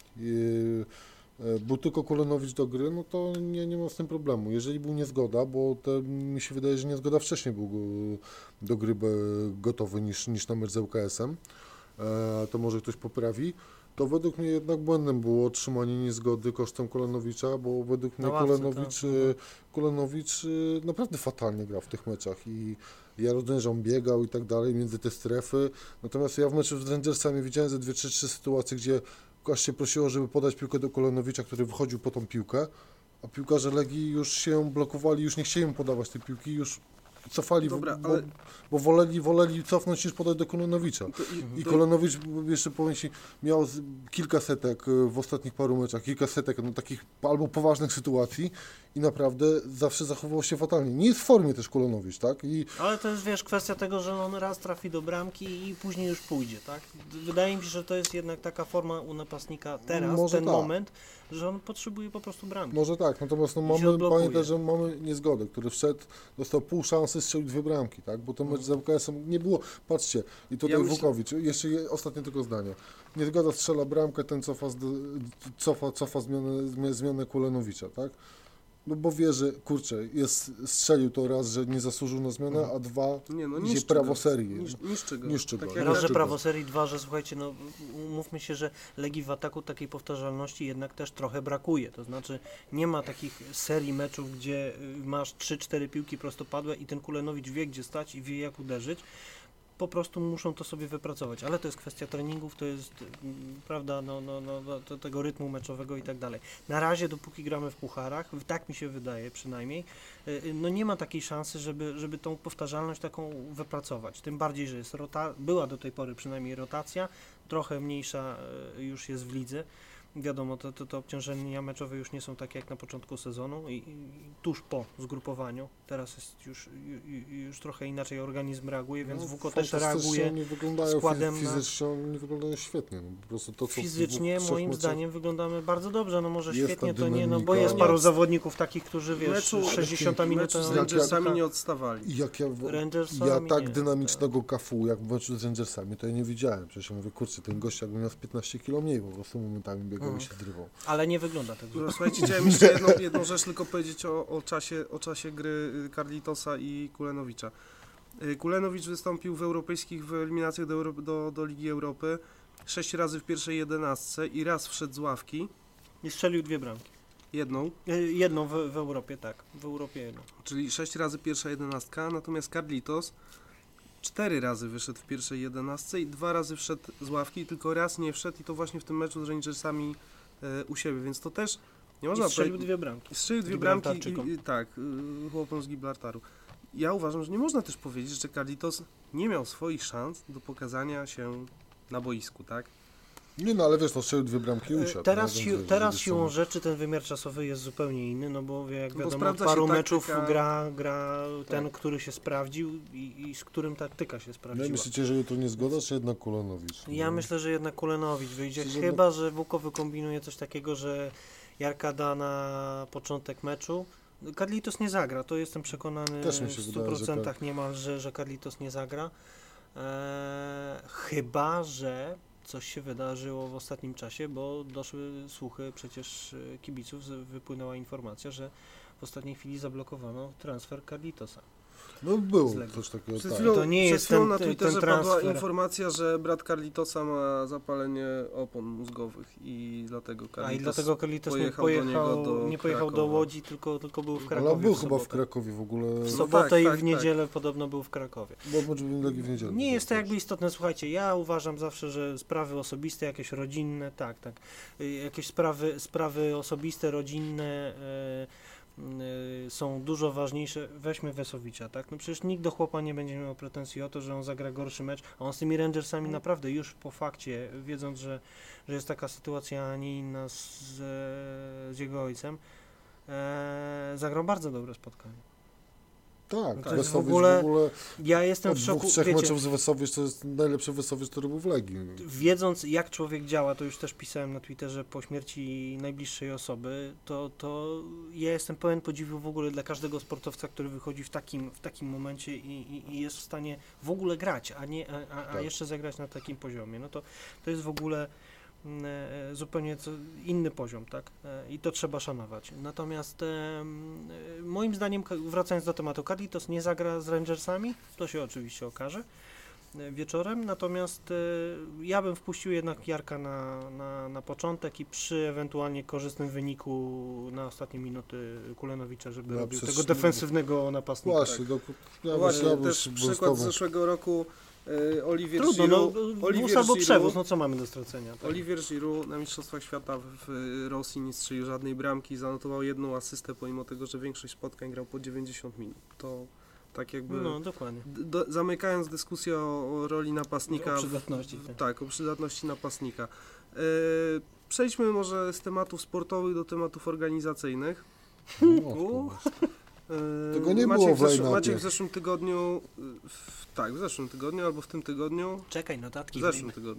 był tylko Kulenowicz do gry, no to nie ma z tym problemu. Jeżeli był niezgoda, bo mi się wydaje, że niezgoda wcześniej był do gry gotowy niż na mecz z ŁKS-em, to może ktoś poprawi, to według mnie jednak błędem było otrzymanie niezgody kosztem Kulenowicza, bo według mnie Kulenowicz naprawdę fatalnie grał w tych meczach i ja rozumiem, że on biegał i tak dalej między te strefy, natomiast ja w meczu z Rangersami widziałem ze 2-3 sytuacje, gdzie aż się prosiło, żeby podać piłkę do Kulenowicza, który wychodził po tą piłkę, a piłkarze Legii już się blokowali, już nie chcieli mu podawać tej piłki, już cofali, Dobra, bo woleli cofnąć niż podać do Kulenowicza. I Kulenowicz, jeszcze powiem Ci, miał kilka setek w ostatnich paru meczach, takich albo poważnych sytuacji i naprawdę zawsze zachowywał się fatalnie. Nie jest w formie też Kulenowicz, tak? Ale to jest, wiesz, kwestia tego, że on raz trafi do bramki i później już pójdzie, tak? Wydaje mi się, że to jest jednak taka forma u napastnika teraz, Może ten tak. moment, że on potrzebuje po prostu bramki. Może tak, natomiast pamiętaj, że mamy niezgodę, który wszedł, dostał pół szansy, strzelił 2 bramki, tak? Bo ten mecz z ŁKS-em nie było, patrzcie, i tutaj Wukowicz, jeszcze ostatnie tylko zdanie, niezgoda strzela bramkę, ten cofa zmianę Kulenowicza, tak? No bo wie, że kurczę, strzelił to raz, że nie zasłużył na zmianę, a dwa, idzie prawo serii. Niszczy go. Raz, że prawo serii, dwa, że słuchajcie, no mówmy się, że Legii w ataku takiej powtarzalności jednak też trochę brakuje. To znaczy nie ma takich serii meczów, gdzie masz 3-4 piłki prostopadłe i ten Kulenowicz wie, gdzie stać i wie, jak uderzyć. Po prostu muszą to sobie wypracować, ale to jest kwestia treningów, to jest, prawda, tego rytmu meczowego i tak dalej. Na razie, dopóki gramy w pucharach, tak mi się wydaje przynajmniej, no nie ma takiej szansy, żeby tą powtarzalność taką wypracować. Tym bardziej, że jest była do tej pory przynajmniej rotacja, trochę mniejsza już jest w lidze. Wiadomo, te obciążenia meczowe już nie są takie jak na początku sezonu i tuż po zgrupowaniu. Teraz jest już trochę inaczej organizm reaguje, więc WUKO też reaguje składem fizycznie, oni wyglądają świetnie. No, po prostu to, co fizycznie moim zdaniem wyglądamy bardzo dobrze. No może jest świetnie to dynamika, nie, no bo jest paru zawodników takich, którzy wiesz, 60 minut z Rangersami nie odstawali. I jak ja tak dynamicznego Cafu, jak w meczu z Rangersami, to ja nie widziałem. Przecież ja mówię, kurczę, ten gość jakby miał 15 kg mniej, po prostu momentami biegał i się zrywał. Ale nie wygląda tak. Słuchajcie, chciałem jeszcze jedną rzecz tylko powiedzieć o czasie gry Carlitosa i Kulenowicza. Kulenowicz wystąpił w europejskich eliminacjach do Ligi Europy 6 razy w pierwszej 11 i raz wszedł z ławki. I strzelił 2 bramki. Jedną w Europie, tak. W Europie jedną. Czyli 6 razy pierwsza 11, natomiast Carlitos 4 razy wyszedł w pierwszej 11 i 2 razy wszedł z ławki, i tylko raz nie wszedł i to właśnie w tym meczu z Rangersami u siebie, więc to też nie można strzelił 2 bramki. Strzelił 2 bramki tak, chłopom z Gibraltaru. Ja uważam, że nie można też powiedzieć, że Carlitos nie miał swoich szans do pokazania się na boisku, tak? Nie, no ale wiesz, to strzelił 2 bramki i usiadł. Teraz siłą rzeczy ten wymiar czasowy jest zupełnie inny, no bo jak wiadomo, od paru meczów gra ten, który się sprawdził i z którym taktyka się sprawdziła. No myślicie, że to nie zgoda, czy jednak Kulenowicz? Ja myślę, że jednak Kulenowicz wyjdzie, chyba że WUKO wykombinuje coś takiego, że Jarka da na początek meczu. Carlitos nie zagra, to jestem przekonany Też mi się w wydaje, 100% niemalże, że Carlitos nie zagra. Chyba że coś się wydarzyło w ostatnim czasie, bo doszły słuchy przecież kibiców, wypłynęła informacja, że w ostatniej chwili zablokowano transfer Carlitosa. No było z Legii. coś takiego, Przed tak. chwilą, To nie przed jest chwilą ten- na ten Twitterze transfer. padła informacja, że brat Carlitosa ma zapalenie opon mózgowych i dlatego Carlitos, dlatego Carlitos nie pojechał do niego do nie pojechał do Krakowa. Łodzi, tylko był w Ale Krakowie. on był w chyba w sobotę. Krakowie w ogóle, W No sobotę tak, i tak, w niedzielę podobno był w Krakowie. bo mecz Legii w niedzielę. Nie jest to jakby istotne, słuchajcie, ja uważam zawsze, że sprawy osobiste, jakieś rodzinne, tak, jakieś sprawy osobiste, rodzinne są dużo ważniejsze. Weźmy Wesowicza, tak, no przecież nikt do chłopa nie będzie miał pretensji o to, że on zagra gorszy mecz, a on z tymi Rangersami naprawdę już po fakcie, wiedząc, że jest taka sytuacja, a nie inna z jego ojcem, zagrał bardzo dobre spotkanie. Tak, To jest w Wesowicz ogóle- w ogóle Ja jestem od w szoku, 2-3 wiecie, meczów z Wesowicz to jest najlepszy Wesowicz, który był w Legii. wiedząc jak człowiek działa, to już też pisałem na Twitterze po śmierci najbliższej osoby, to ja jestem pełen podziwu w ogóle dla każdego sportowca, który wychodzi w takim momencie i jest w stanie w ogóle grać, a Tak. jeszcze zagrać na takim poziomie. No to jest w ogóle zupełnie inny poziom, tak? I to trzeba szanować. Natomiast moim zdaniem, wracając do tematu, Carlitos nie zagra z Rangersami, to się oczywiście okaże wieczorem, natomiast ja bym wpuścił jednak Jarka na początek i przy ewentualnie korzystnym wyniku na ostatnie minuty Kulenowicza, żeby No, robił przecież tego defensywnego napastnika. Właśnie, No właśnie, ja bym też się był z przykład z tobą. zeszłego roku Olivier Trudno, Giroud, no, Olivier wóz albo Giroud, przewóz, no co mamy do stracenia? Tak? Olivier Giroud na Mistrzostwach Świata w Rosji nie strzelił żadnej bramki, zanotował jedną asystę, pomimo tego, że większość spotkań grał po 90 minut. To tak jakby, No, dokładnie. zamykając dyskusję o roli napastnika, O przydatności. tak, o przydatności napastnika. Przejdźmy może z tematów sportowych do tematów organizacyjnych. No, kurwa. Tego nie było w line-upie. Maciek w zeszłym tygodniu, w zeszłym tygodniu albo w tym tygodniu, Czekaj, notatki. w zeszłym tygodniu,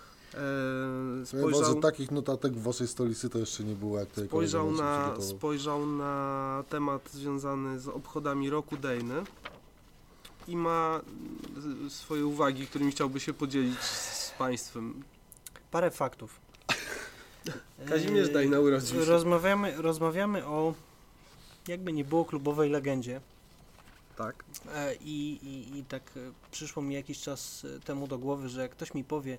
Ja uważam, że takich notatek w waszej stolicy to jeszcze nie było, jak tutaj spojrzał na temat związany z obchodami roku Dejny i ma swoje uwagi, którymi chciałby się podzielić z Państwem. Parę faktów. Kazimierz Dejna urodził się. Rozmawiamy o, jakby nie było, klubowej legendzie. Tak. I tak przyszło mi jakiś czas temu do głowy, że jak ktoś mi powie,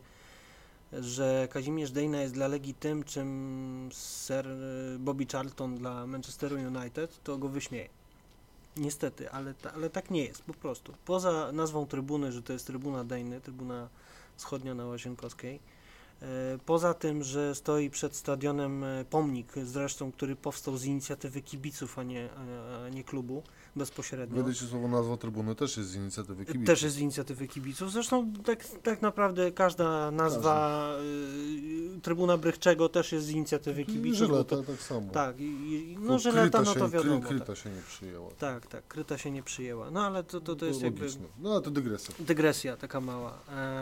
że Kazimierz Dejna jest dla Legii tym, czym Sir Bobby Charlton dla Manchesteru United, to go wyśmieję. Niestety, ale tak nie jest, po prostu. Poza nazwą trybuny, że to jest trybuna Dejny, trybuna wschodnia na Łazienkowskiej, poza tym, że stoi przed stadionem pomnik, zresztą, który powstał z inicjatywy kibiców, a nie klubu, bezpośrednio. Wydajcie słowo nazwa trybuny też jest z inicjatywy kibiców. Też jest z inicjatywy kibiców. Zresztą tak naprawdę każda nazwa Trybuna Brychczego też jest z inicjatywy kibiców. Żyleta tak samo. Tak, no Żyleta, no to wiadomo. Kryta się nie przyjęła. Tak, Kryta się nie przyjęła. No ale to jest jakby logiczne. No ale to dygresja. dygresja taka mała.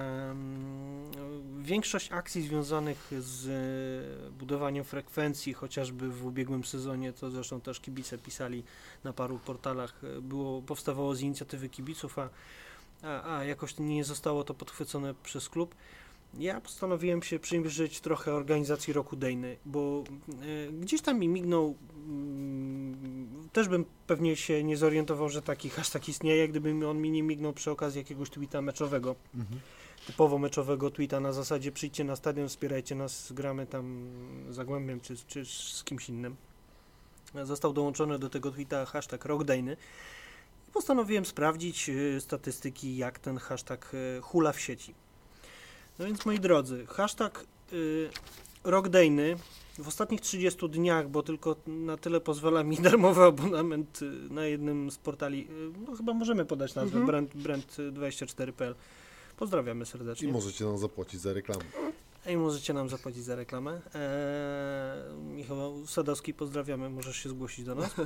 Większość akcji związanych z budowaniem frekwencji, chociażby w ubiegłym sezonie, to zresztą też kibice pisali na paru portalach, powstawało z inicjatywy kibiców, a jakoś nie zostało to podchwycone przez klub. Ja postanowiłem się przyjrzeć trochę organizacji Roku Dejny, bo gdzieś tam mi mignął, też bym pewnie się nie zorientował, że taki hashtag istnieje, gdyby on mi nie mignął przy okazji jakiegoś tweeta meczowego. Typowo meczowego tweeta na zasadzie przyjdźcie na stadion, wspierajcie nas, gramy tam z Zagłębiem czy z kimś innym. Został dołączony do tego tweeta hashtag Rok Dejny. Postanowiłem sprawdzić statystyki, jak ten hashtag hula w sieci. No więc moi drodzy, hashtag Rok Dejny w ostatnich 30 dniach, bo tylko na tyle pozwala mi darmowy abonament na jednym z portali, no chyba możemy podać nazwę, brand24.pl. Pozdrawiamy serdecznie. I możecie nam zapłacić za reklamę. I możecie nam zapłacić za reklamę. Michał Sadowski, pozdrawiamy, możesz się zgłosić do nas.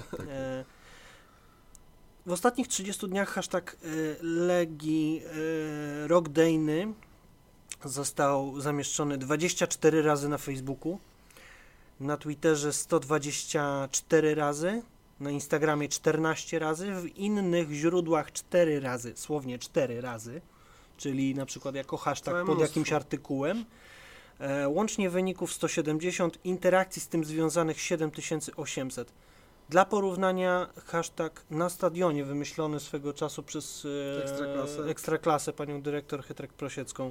W ostatnich 30 dniach hashtag Legii Rok Dejny został zamieszczony 24 razy na Facebooku, na Twitterze 124 razy, na Instagramie 14 razy, w innych źródłach 4 razy, słownie 4 razy, czyli na przykład jako hashtag Całe pod mnóstwo. jakimś artykułem. Łącznie wyników 170, interakcji z tym związanych 7800. Dla porównania hashtag na stadionie wymyślony swego czasu przez Ekstraklasę, panią dyrektor Chytrek-Prosiecką.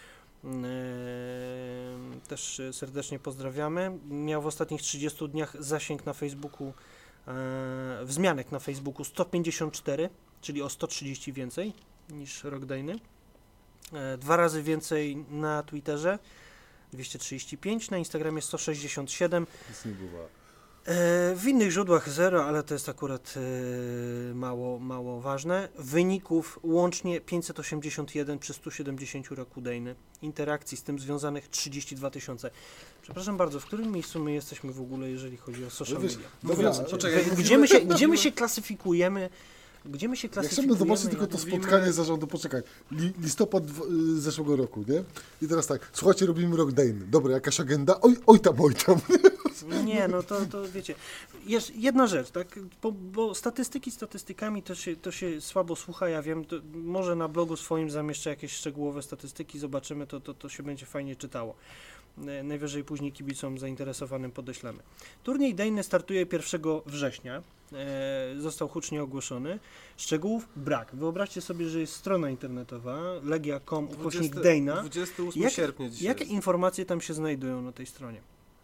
Też serdecznie pozdrawiamy. Miał w ostatnich 30 dniach zasięg na Facebooku, wzmianek na Facebooku 154, czyli o 130 więcej niż rok dajny. 2 razy więcej na Twitterze, 235, na Instagramie 167. Nic nie bywa. W innych źródłach 0, ale to jest akurat mało ważne. Wyników łącznie 581 przy 170 roku dajny. Interakcji z tym związanych 32 000. Przepraszam bardzo, w którym miejscu my jesteśmy w ogóle, jeżeli chodzi o social wiesz, media? dobra, poczekaj, Gdzie my się klasyfikujemy? Gdzie my się Ja klasyfikujemy? chciałbym zobaczyć tylko to mówimy- spotkanie zarządu, poczekaj, listopad zeszłego roku, nie? I teraz tak, słuchajcie, robimy rok dejny. Dobra, jakaś agenda? Oj tam. Nie, no to wiecie. Jedna rzecz, tak? Bo statystykami to się słabo słucha, ja wiem, może na blogu swoim zamieszczę jakieś szczegółowe statystyki, zobaczymy, to się będzie fajnie czytało. Najwyżej później kibicom zainteresowanym podeślemy. Turniej dejny startuje 1 września. Został hucznie ogłoszony. Szczegółów brak. Wyobraźcie sobie, że jest strona internetowa legia.com/dejna. 28 sierpnia dzisiaj. Jakie informacje tam się znajdują na tej stronie?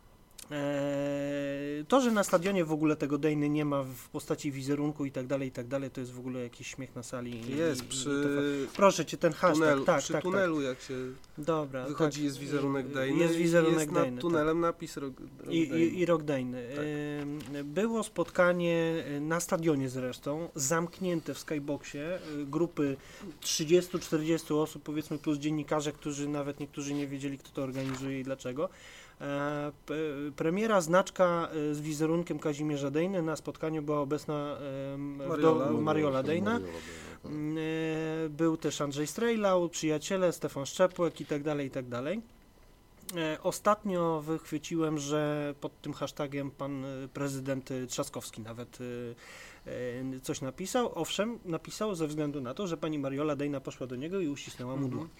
To, że na stadionie w ogóle tego dejny nie ma w postaci wizerunku i tak dalej, to jest w ogóle jakiś śmiech na sali. Jest przy Proszę cię, ten hashtag, tunelu, tak, przy tak, tunelu jak się Dobra, wychodzi, tak. jest wizerunek dejny. Jest wizerunek jest dejny, nad tunelem napis rok I rok dejny. Było spotkanie na stadionie zresztą, zamknięte w skyboxie, grupy 30-40 osób, powiedzmy plus dziennikarze, którzy nawet niektórzy nie wiedzieli, kto to organizuje i dlaczego. Premiera znaczka z wizerunkiem Kazimierza Dejny. Na spotkaniu była obecna Mariola Dejna. Był też Andrzej Strejlau, przyjaciele, Stefan Szczepłek i tak dalej. Ostatnio wychwyciłem, że pod tym hashtagiem pan prezydent Trzaskowski nawet coś napisał. Owszem, napisał ze względu na to, że pani Mariola Dejna poszła do niego i uścisnęła mu dłoń.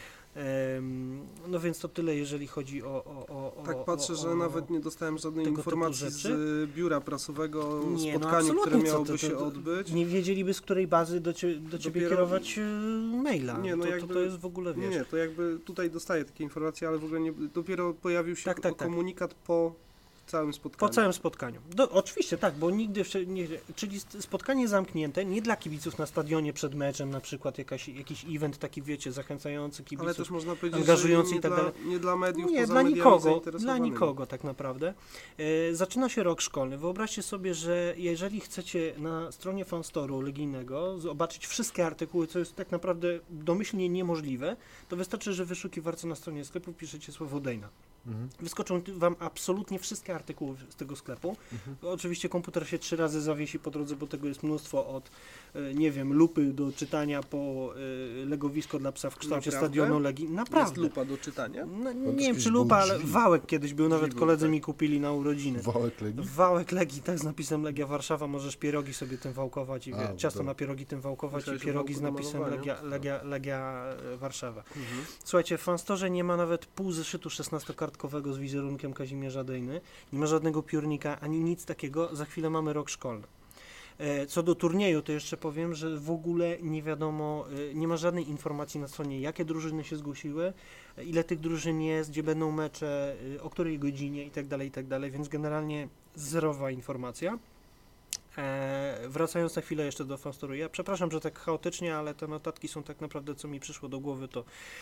No więc to tyle, jeżeli chodzi o Tak, patrzę, że nawet nie dostałem żadnej tego typu informacji rzeczy. z biura prasowego o Nie, no spotkaniu, które absolutnie, miałoby to się odbyć. Nie wiedzieliby, z której bazy do ciebie Dopiero- kierować maila. Nie, no jakby- to jest w ogóle, wiesz. Nie, to jakby tutaj dostaję takie informacje, ale w ogóle nie, dopiero pojawił się Tak. komunikat po całym spotkaniu. Po całym spotkaniu. Oczywiście tak, bo nigdy jeszcze nie. Czyli spotkanie zamknięte, nie dla kibiców na stadionie przed meczem, na przykład jakiś event taki, wiecie, zachęcający kibiców. Ale też można powiedzieć, angażujący że i tak dalej. nie dla mediów, Nie, poza dla mediami nikogo, zainteresowanymi. tak naprawdę. Zaczyna się rok szkolny. Wyobraźcie sobie, że jeżeli chcecie na stronie fanstoru legijnego zobaczyć wszystkie artykuły, co jest tak naprawdę domyślnie niemożliwe, to wystarczy, że w wyszukiwarce na stronie sklepu piszecie słowo Dejna. Wyskoczą wam absolutnie wszystkie artykuły z tego sklepu. Oczywiście komputer się 3 razy zawiesi po drodze, bo tego jest mnóstwo, od nie wiem, lupy do czytania po legowisko dla psa w kształcie Naprawdę? stadionu Legii. Naprawdę. Jest lupa do czytania? No, nie też wiem, kiedyś czy był lupa, ale drzwi. wałek kiedyś był, nawet był, koledzy tak. mi kupili na urodziny. Wałek Legii? Wałek Legii, tak, z napisem Legia Warszawa, możesz pierogi sobie tym wałkować i ciasto dobra. na pierogi tym wałkować Myślałem, i że pierogi z wałku do napisem malowania. Legia Warszawa. Słuchajcie, w Fanstorze nie ma nawet pół zeszytu 16-kartkowego z wizerunkiem Kazimierza Dejny, nie ma żadnego piórnika, ani nic takiego, za chwilę mamy rok szkolny. Co do turnieju, to jeszcze powiem, że w ogóle nie wiadomo, nie ma żadnej informacji na stronie, jakie drużyny się zgłosiły, ile tych drużyn jest, gdzie będą mecze, o której godzinie i tak dalej, więc generalnie zerowa informacja. Wracając na chwilę jeszcze do Fanstoru, ja przepraszam, że tak chaotycznie, ale te notatki są tak naprawdę, co mi przyszło do głowy,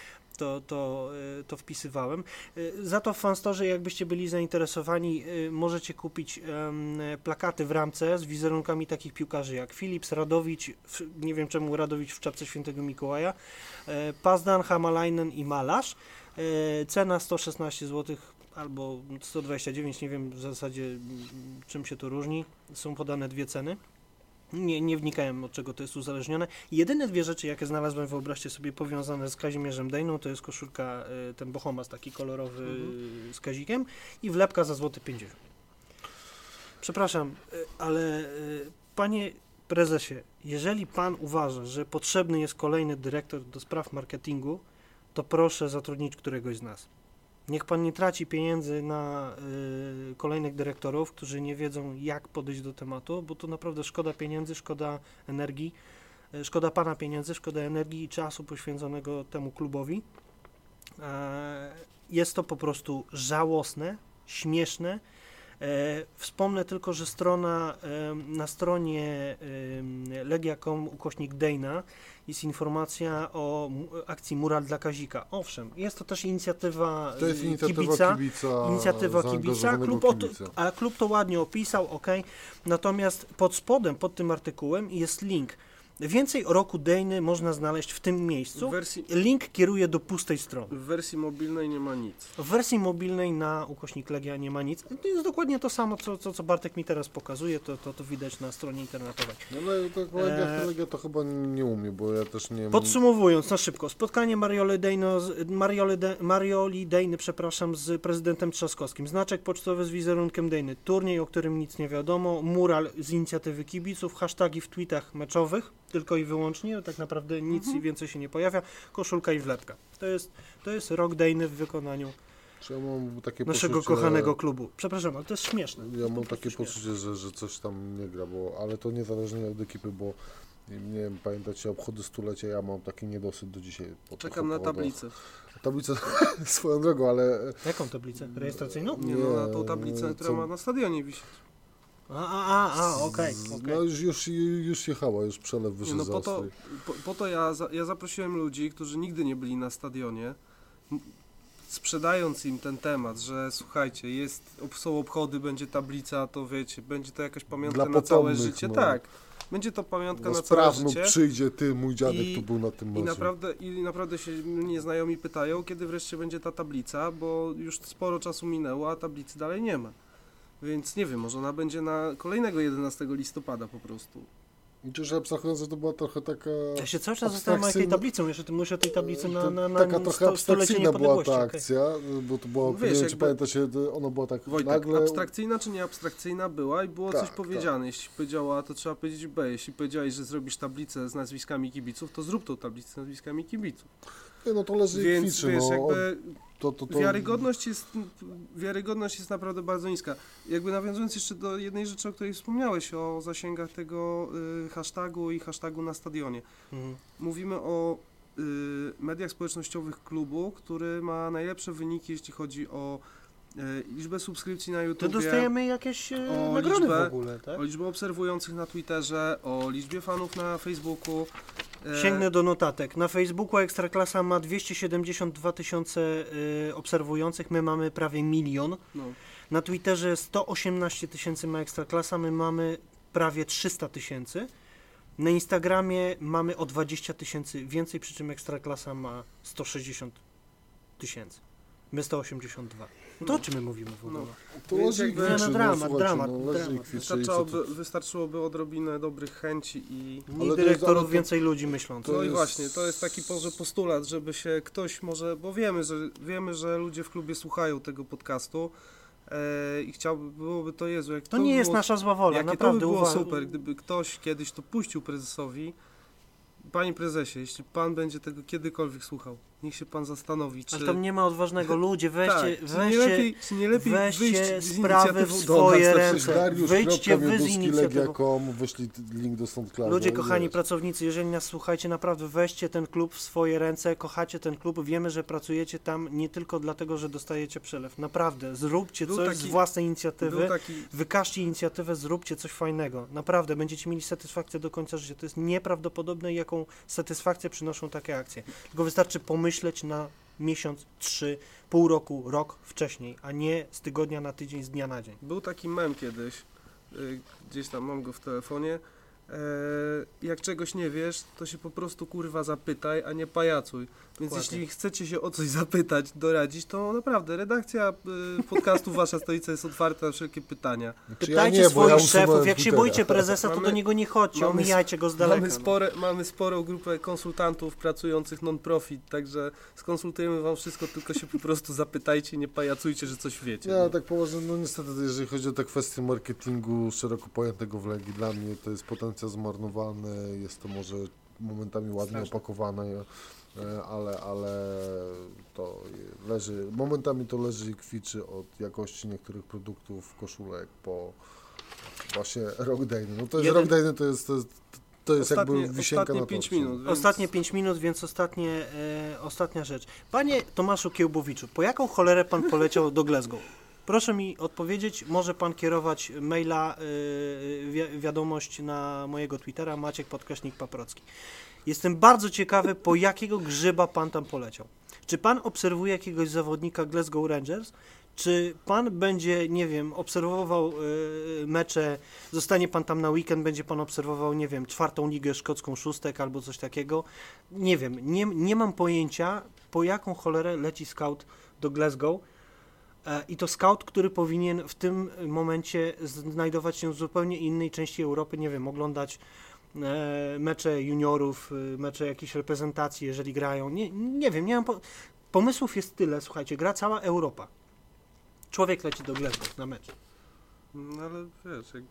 to wpisywałem. Za to w Fanstorze, jakbyście byli zainteresowani, możecie kupić plakaty w ramce z wizerunkami takich piłkarzy jak Philips, Radowicz, nie wiem czemu Radowicz w czapce Świętego Mikołaja, Pazdan, Hamalainen i Malarz. Cena 116 zł albo 129, nie wiem w zasadzie czym się to różni. Są podane dwie ceny. Nie wnikałem, od czego to jest uzależnione. Jedyne dwie rzeczy, jakie znalazłem, wyobraźcie sobie, powiązane z Kazimierzem Dejną, to jest koszulka, ten bohomas taki kolorowy z Kazikiem i wlepka za złoty 50. Przepraszam, ale panie prezesie, jeżeli pan uważa, że potrzebny jest kolejny dyrektor do spraw marketingu, to proszę zatrudnić któregoś z nas. Niech pan nie traci pieniędzy na kolejnych dyrektorów, którzy nie wiedzą, jak podejść do tematu, bo to naprawdę szkoda pieniędzy, szkoda energii, szkoda pana pieniędzy, szkoda energii i czasu poświęconego temu klubowi. Jest to po prostu żałosne, śmieszne. Wspomnę tylko, że na stronie legia.com/Dejna jest informacja o akcji Mural dla Kazika. Owszem, jest to też inicjatywa To jest inicjatywa kibica. Klub to ładnie opisał, ok. Natomiast pod spodem, pod tym artykułem jest link. Więcej o roku Dejny można znaleźć w tym miejscu. Link kieruje do pustej strony. W wersji mobilnej nie ma nic. W wersji mobilnej na /Legia nie ma nic. To jest dokładnie to samo, co Bartek mi teraz pokazuje. To widać na stronie internetowej. No ale Legia to chyba nie umie, bo ja też nie... Podsumowując, na szybko. Spotkanie Marioli Dejny, z prezydentem Trzaskowskim. Znaczek pocztowy z wizerunkiem Dejny. Turniej, o którym nic nie wiadomo. Mural z inicjatywy kibiców. Hasztagi w tweetach meczowych. Tylko i wyłącznie, tak naprawdę nic więcej się nie pojawia. Koszulka i wlepka. To jest rok Dejny w wykonaniu Ja mam takie naszego kochanego klubu. Przepraszam, ale to jest śmieszne. Ja mam takie poczucie, że coś tam nie gra, ale to niezależnie od ekipy, bo nie wiem, pamiętacie obchody stulecia, ja mam taki niedosyt do dzisiaj. Czekam na tablicę. Tablicę swoją drogą, ale... Jaką tablicę? Rejestracyjną? Nie, no na tą tablicę, która ma na stadionie wisieć. Okej. No już jechała, już przelew wyszedł za po to ja zaprosiłem ludzi, którzy nigdy nie byli na stadionie, sprzedając im ten temat, że słuchajcie, są obchody, będzie tablica, to wiecie, będzie to jakaś pamiątka na całe życie. No. Tak, będzie to pamiątka na całe życie. Przyjdzie, mój dziadek tu był na tym meczu. I naprawdę się nieznajomi pytają, kiedy wreszcie będzie ta tablica, bo już sporo czasu minęło, a tablicy dalej nie ma. Więc nie wiem, może ona będzie na kolejnego 11 listopada po prostu. Chociaż abstrahując, że to była trochę taka... Ja się cały czas zastanawiam, jakiej tablicą, jeszcze muszę o tej tablicy na taka trochę abstrakcyjna była ta okay. akcja, bo to była, nie wiem, czy pamiętacie, ona była tak Wojtek, nagle... abstrakcyjna czy nie abstrakcyjna była i było coś powiedziane. Jeśli powiedziała, to trzeba powiedzieć B. Jeśli powiedziałeś, że zrobisz tablicę z nazwiskami kibiców, to zrób tą tablicę z nazwiskami kibiców. Nie, no to leży i kwiczy, wiesz, no. jakby wiarygodność jest naprawdę bardzo niska. Jakby nawiązując jeszcze do jednej rzeczy, o której wspomniałeś, o zasięgach tego hashtagu i hashtagu na stadionie. Mówimy o mediach społecznościowych klubu, który ma najlepsze wyniki, jeśli chodzi o liczbę subskrypcji na YouTube. To dostajemy jakieś nagrody w ogóle, tak? O liczbę obserwujących na Twitterze, o liczbie fanów na Facebooku. Sięgnę do notatek. Na Facebooku Ekstraklasa ma 272 tysiące obserwujących, my mamy prawie 1 milion. No. Na Twitterze 118 tysięcy ma Ekstraklasa, my mamy prawie 300 tysięcy. Na Instagramie mamy o 20 tysięcy więcej, przy czym Ekstraklasa ma 160 tysięcy. My 182. No to o czym my mówimy w ogóle? To leży i kwiczy, dramat. Wystarczyłoby odrobinę dobrych chęci i dyrektorów więcej ludzi myślących. No i właśnie, to jest taki postulat, żeby się ktoś może, bo wiemy, że ludzie w klubie słuchają tego podcastu i byłoby to, Jezu, jak to nie jest nasza zła wola, naprawdę. To by było super, gdyby ktoś kiedyś to puścił prezesowi. Panie prezesie, jeśli pan będzie tego kiedykolwiek słuchał, niech się pan zastanowi, czy... Ale tam nie ma odważnego. Ludzie, weźcie wyjść sprawy w swoje ręce. Wyjdźcie wy z inicjatywą. Wyślij link do SoundClouda. Ludzie, kochani pracownicy, jeżeli nas słuchacie, naprawdę weźcie ten klub w swoje ręce, kochacie ten klub, wiemy, że pracujecie tam nie tylko dlatego, że dostajecie przelew. Naprawdę, zróbcie coś z własnej inicjatywy, wykażcie inicjatywę, zróbcie coś fajnego. Naprawdę, będziecie mieli satysfakcję do końca życia. To jest nieprawdopodobne, jaką satysfakcję przynoszą takie akcje. Tylko wystarczy pomyśleć na miesiąc, 3, pół roku, rok wcześniej, a nie z tygodnia na tydzień, z dnia na dzień. Był taki mem kiedyś, gdzieś tam mam go w telefonie, Jak czegoś nie wiesz, to się po prostu kurwa zapytaj, a nie pajacuj. Więc Dokładnie. jeśli chcecie się o coś zapytać, doradzić, to naprawdę redakcja podcastu Wasza Stolica jest otwarta na wszelkie pytania. Pytajcie swoich usunąłem szefów, jak się Twittera. boicie prezesa, to Mamy- do niego nie chodźcie, mamy- omijajcie go z daleka. Mamy sporą grupę konsultantów pracujących non-profit, także skonsultujemy Wam wszystko, tylko się po prostu zapytajcie, nie pajacujcie, że coś wiecie. Ja tak poważnie, no niestety, jeżeli chodzi o te kwestie marketingu szeroko pojętego w Legii, dla mnie to jest potencjał zmarnowany, jest to może momentami ładnie Straszne. opakowane, ale to momentami to leży i kwiczy od jakości niektórych produktów, koszulek po właśnie Rockdale. No to jest Jeden- Rockdale, to jest jakby wisienka ostatnie na 5 torcie. minut. Więc Ostatnie 5 minut, więc ostatnia rzecz. Panie Tomaszu Kiełbowiczu, po jaką cholerę pan poleciał do Glasgow? Proszę mi odpowiedzieć, może pan kierować maila, wiadomość na mojego Twittera, Maciek_Paprocki. Jestem bardzo ciekawy, po jakiego grzyba pan tam poleciał. Czy pan obserwuje jakiegoś zawodnika Glasgow Rangers? Czy pan będzie, nie wiem, obserwował mecze, zostanie pan tam na weekend, będzie pan obserwował, nie wiem, 4. ligę szkocką, szóstek albo coś takiego? Nie wiem, nie mam pojęcia, po jaką cholerę leci scout do Glasgow. I to scout, który powinien w tym momencie znajdować się w zupełnie innej części Europy, nie wiem, oglądać mecze juniorów, mecze jakiejś reprezentacji, jeżeli grają. Nie wiem, nie mam pomysłów jest tyle, słuchajcie, gra cała Europa. Człowiek leci do Glasgow na mecz. No ale wiesz, jakby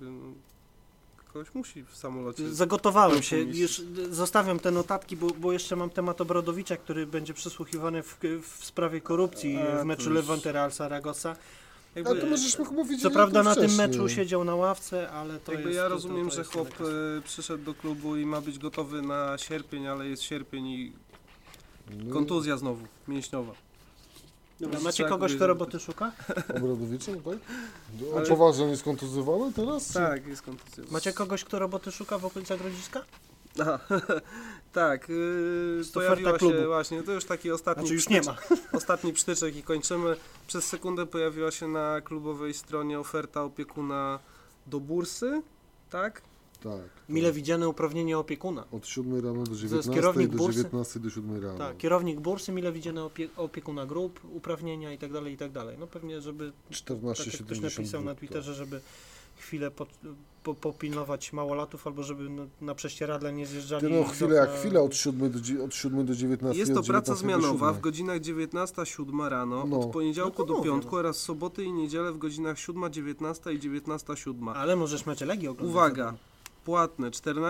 kogoś musi w samolocie. Zagotowałem się, Optymist. już zostawiam te notatki, bo jeszcze mam temat Obradowicza, który będzie przesłuchiwany w sprawie korupcji A, w to meczu już- Levante Real Saragossa. Jakby, Ale to możesz mówić co prawda na tym wcześniej. meczu siedział na ławce, ale to Jakby jest... ja rozumiem, to że jest chłop lekka- przyszedł do klubu i ma być gotowy na sierpień, ale jest sierpień i No, kontuzja znowu, mięśniowa. Dobra, Już macie trzeba kogoś, go kto je- roboty szuka? Obradowicza, tak? On Ale- poważnie jest kontuzjowany teraz? Tak, jest kontuzja. Macie kogoś, kto roboty szuka w okolicach Grodziska? Aha, tak, Jest to pojawiła oferta klubu. się właśnie, to już taki ostatni, Znaczy już nie ma. ostatni psztyczek i kończymy. Przez sekundę pojawiła się na klubowej stronie oferta opiekuna do bursy, tak? Tak. Mile widziane uprawnienie opiekuna. Od 7 rano do jest 19, kierownik do bursy. 19 do 7 rano. Tak, kierownik bursy, mile widziane opiekuna grup, uprawnienia i tak dalej, i tak dalej. No pewnie, żeby, tak 14, jak ktoś napisał na Twitterze, żeby chwilę popilnować małolatów, albo żeby na prześcieradle nie zjeżdżali. Ty no chwilę od 7 do 19. Jest to od praca 19 do zmianowa 7. w godzinach 19-7 rano, No. od poniedziałku No to do mówię, piątku no. oraz soboty i niedzielę w godzinach 7-19 i 19-7. Ale możesz mecze Legii oglądać. Uwaga, płatne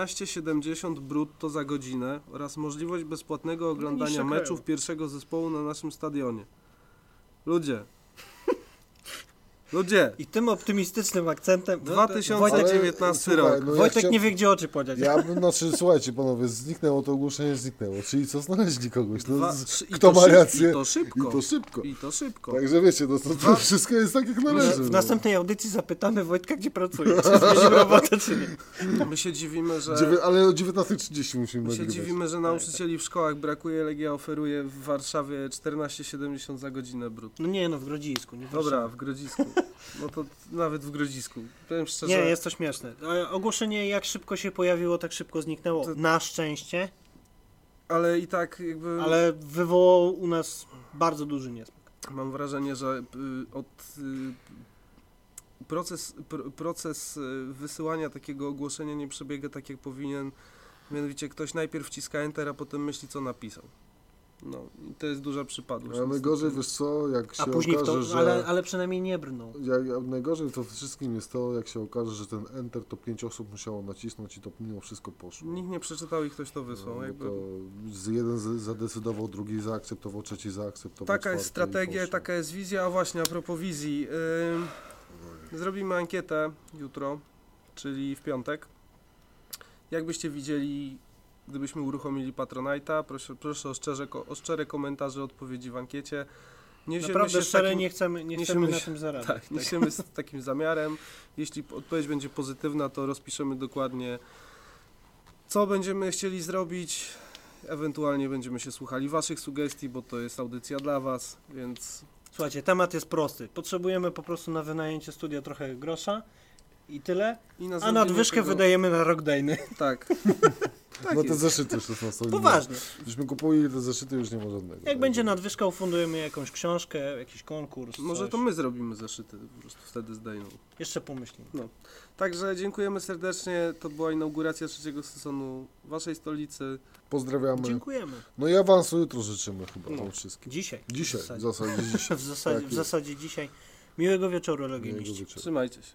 14,70 brutto za godzinę oraz możliwość bezpłatnego oglądania niższe meczów krajowe. pierwszego zespołu na naszym stadionie. Ludzie. Ludzie. I tym optymistycznym akcentem... 2019 Ale, rok. słuchaj, no ja Wojtek chciał- nie wie, gdzie oczy podziać. Słuchajcie panowie, zniknęło to ogłoszenie, zniknęło. Czyli co, znaleźli kogoś. No, I kto to ma szyb- rację? I to szybko. I to szybko. I to szybko. Także wiecie, no, to wszystko jest tak jak należy. W no. następnej audycji zapytamy Wojtka, gdzie pracuje. Czy zmienił robotę, czy nie. My się dziwimy, że... Ale o 19:30 musimy My się nagrywać. dziwimy, że nauczycieli w szkołach brakuje. Legia oferuje w Warszawie 14,70 za godzinę brutto. No nie, no w Grodzisku. Nie w Dobra, Warszawie. w Grodzisku. No to nawet w Grodzisku. Powiem szczerze. Nie, jest to śmieszne. Ogłoszenie jak szybko się pojawiło, tak szybko zniknęło. To- Na szczęście, Ale i tak jakby ale wywołał u nas bardzo duży niesmak. mam wrażenie, że proces wysyłania takiego ogłoszenia nie przebiega tak jak powinien. Mianowicie ktoś najpierw wciska Enter, a potem myśli co napisał. No i to jest duża przypadłość. Ale najgorzej, wiesz co, jak się A później okaże, kto, że... ale przynajmniej nie brnął. Najgorzej to wszystkim jest to, jak się okaże, że ten Enter to 5 osób musiało nacisnąć i to mimo wszystko poszło. Nikt nie przeczytał i ktoś to wysłał. No, Jakby... to jeden zadecydował, drugi zaakceptował, trzeci zaakceptował. Taka jest czwarty i strategia, poszło. taka jest wizja. A właśnie, a propos wizji. Zrobimy ankietę jutro, czyli w piątek. Jakbyście widzieli, gdybyśmy uruchomili Patronite'a, proszę o szczere komentarze, odpowiedzi w ankiecie. Nie wzięmy Naprawdę się z szczerze takim, nie chcemy niesiemy na się- tym zarabiać. tak, niesiemy z takim zamiarem. Jeśli odpowiedź będzie pozytywna, to rozpiszemy dokładnie, co będziemy chcieli zrobić. Ewentualnie będziemy się słuchali waszych sugestii, bo to jest audycja dla was, więc Słuchajcie, temat jest prosty. Potrzebujemy po prostu na wynajęcie studia trochę grosza I tyle. I na A zrobienie nadwyżkę tego- wydajemy na rok dejny. Tak. Tak No te jest. zeszyty 16 Poważnie. Gdyśmy kupowali te zeszyty, już nie ma żadnego. Jak będzie nadwyżka, ufundujemy jakąś książkę, jakiś konkurs. Może coś. to my zrobimy zeszyty, po prostu wtedy zdejmą. Jeszcze pomyślimy. Także dziękujemy serdecznie. To była inauguracja trzeciego sezonu Waszej Stolicy. Pozdrawiamy. Dziękujemy. No i awansu jutro życzymy chyba No. wam wszystkim. Dzisiaj. Dzisiaj, W w zasadzie, zasadzie dzisiaj. w zasadzie, Tak w zasadzie dzisiaj. Miłego wieczoru, Miłego legioniści. wieczoru. Trzymajcie się.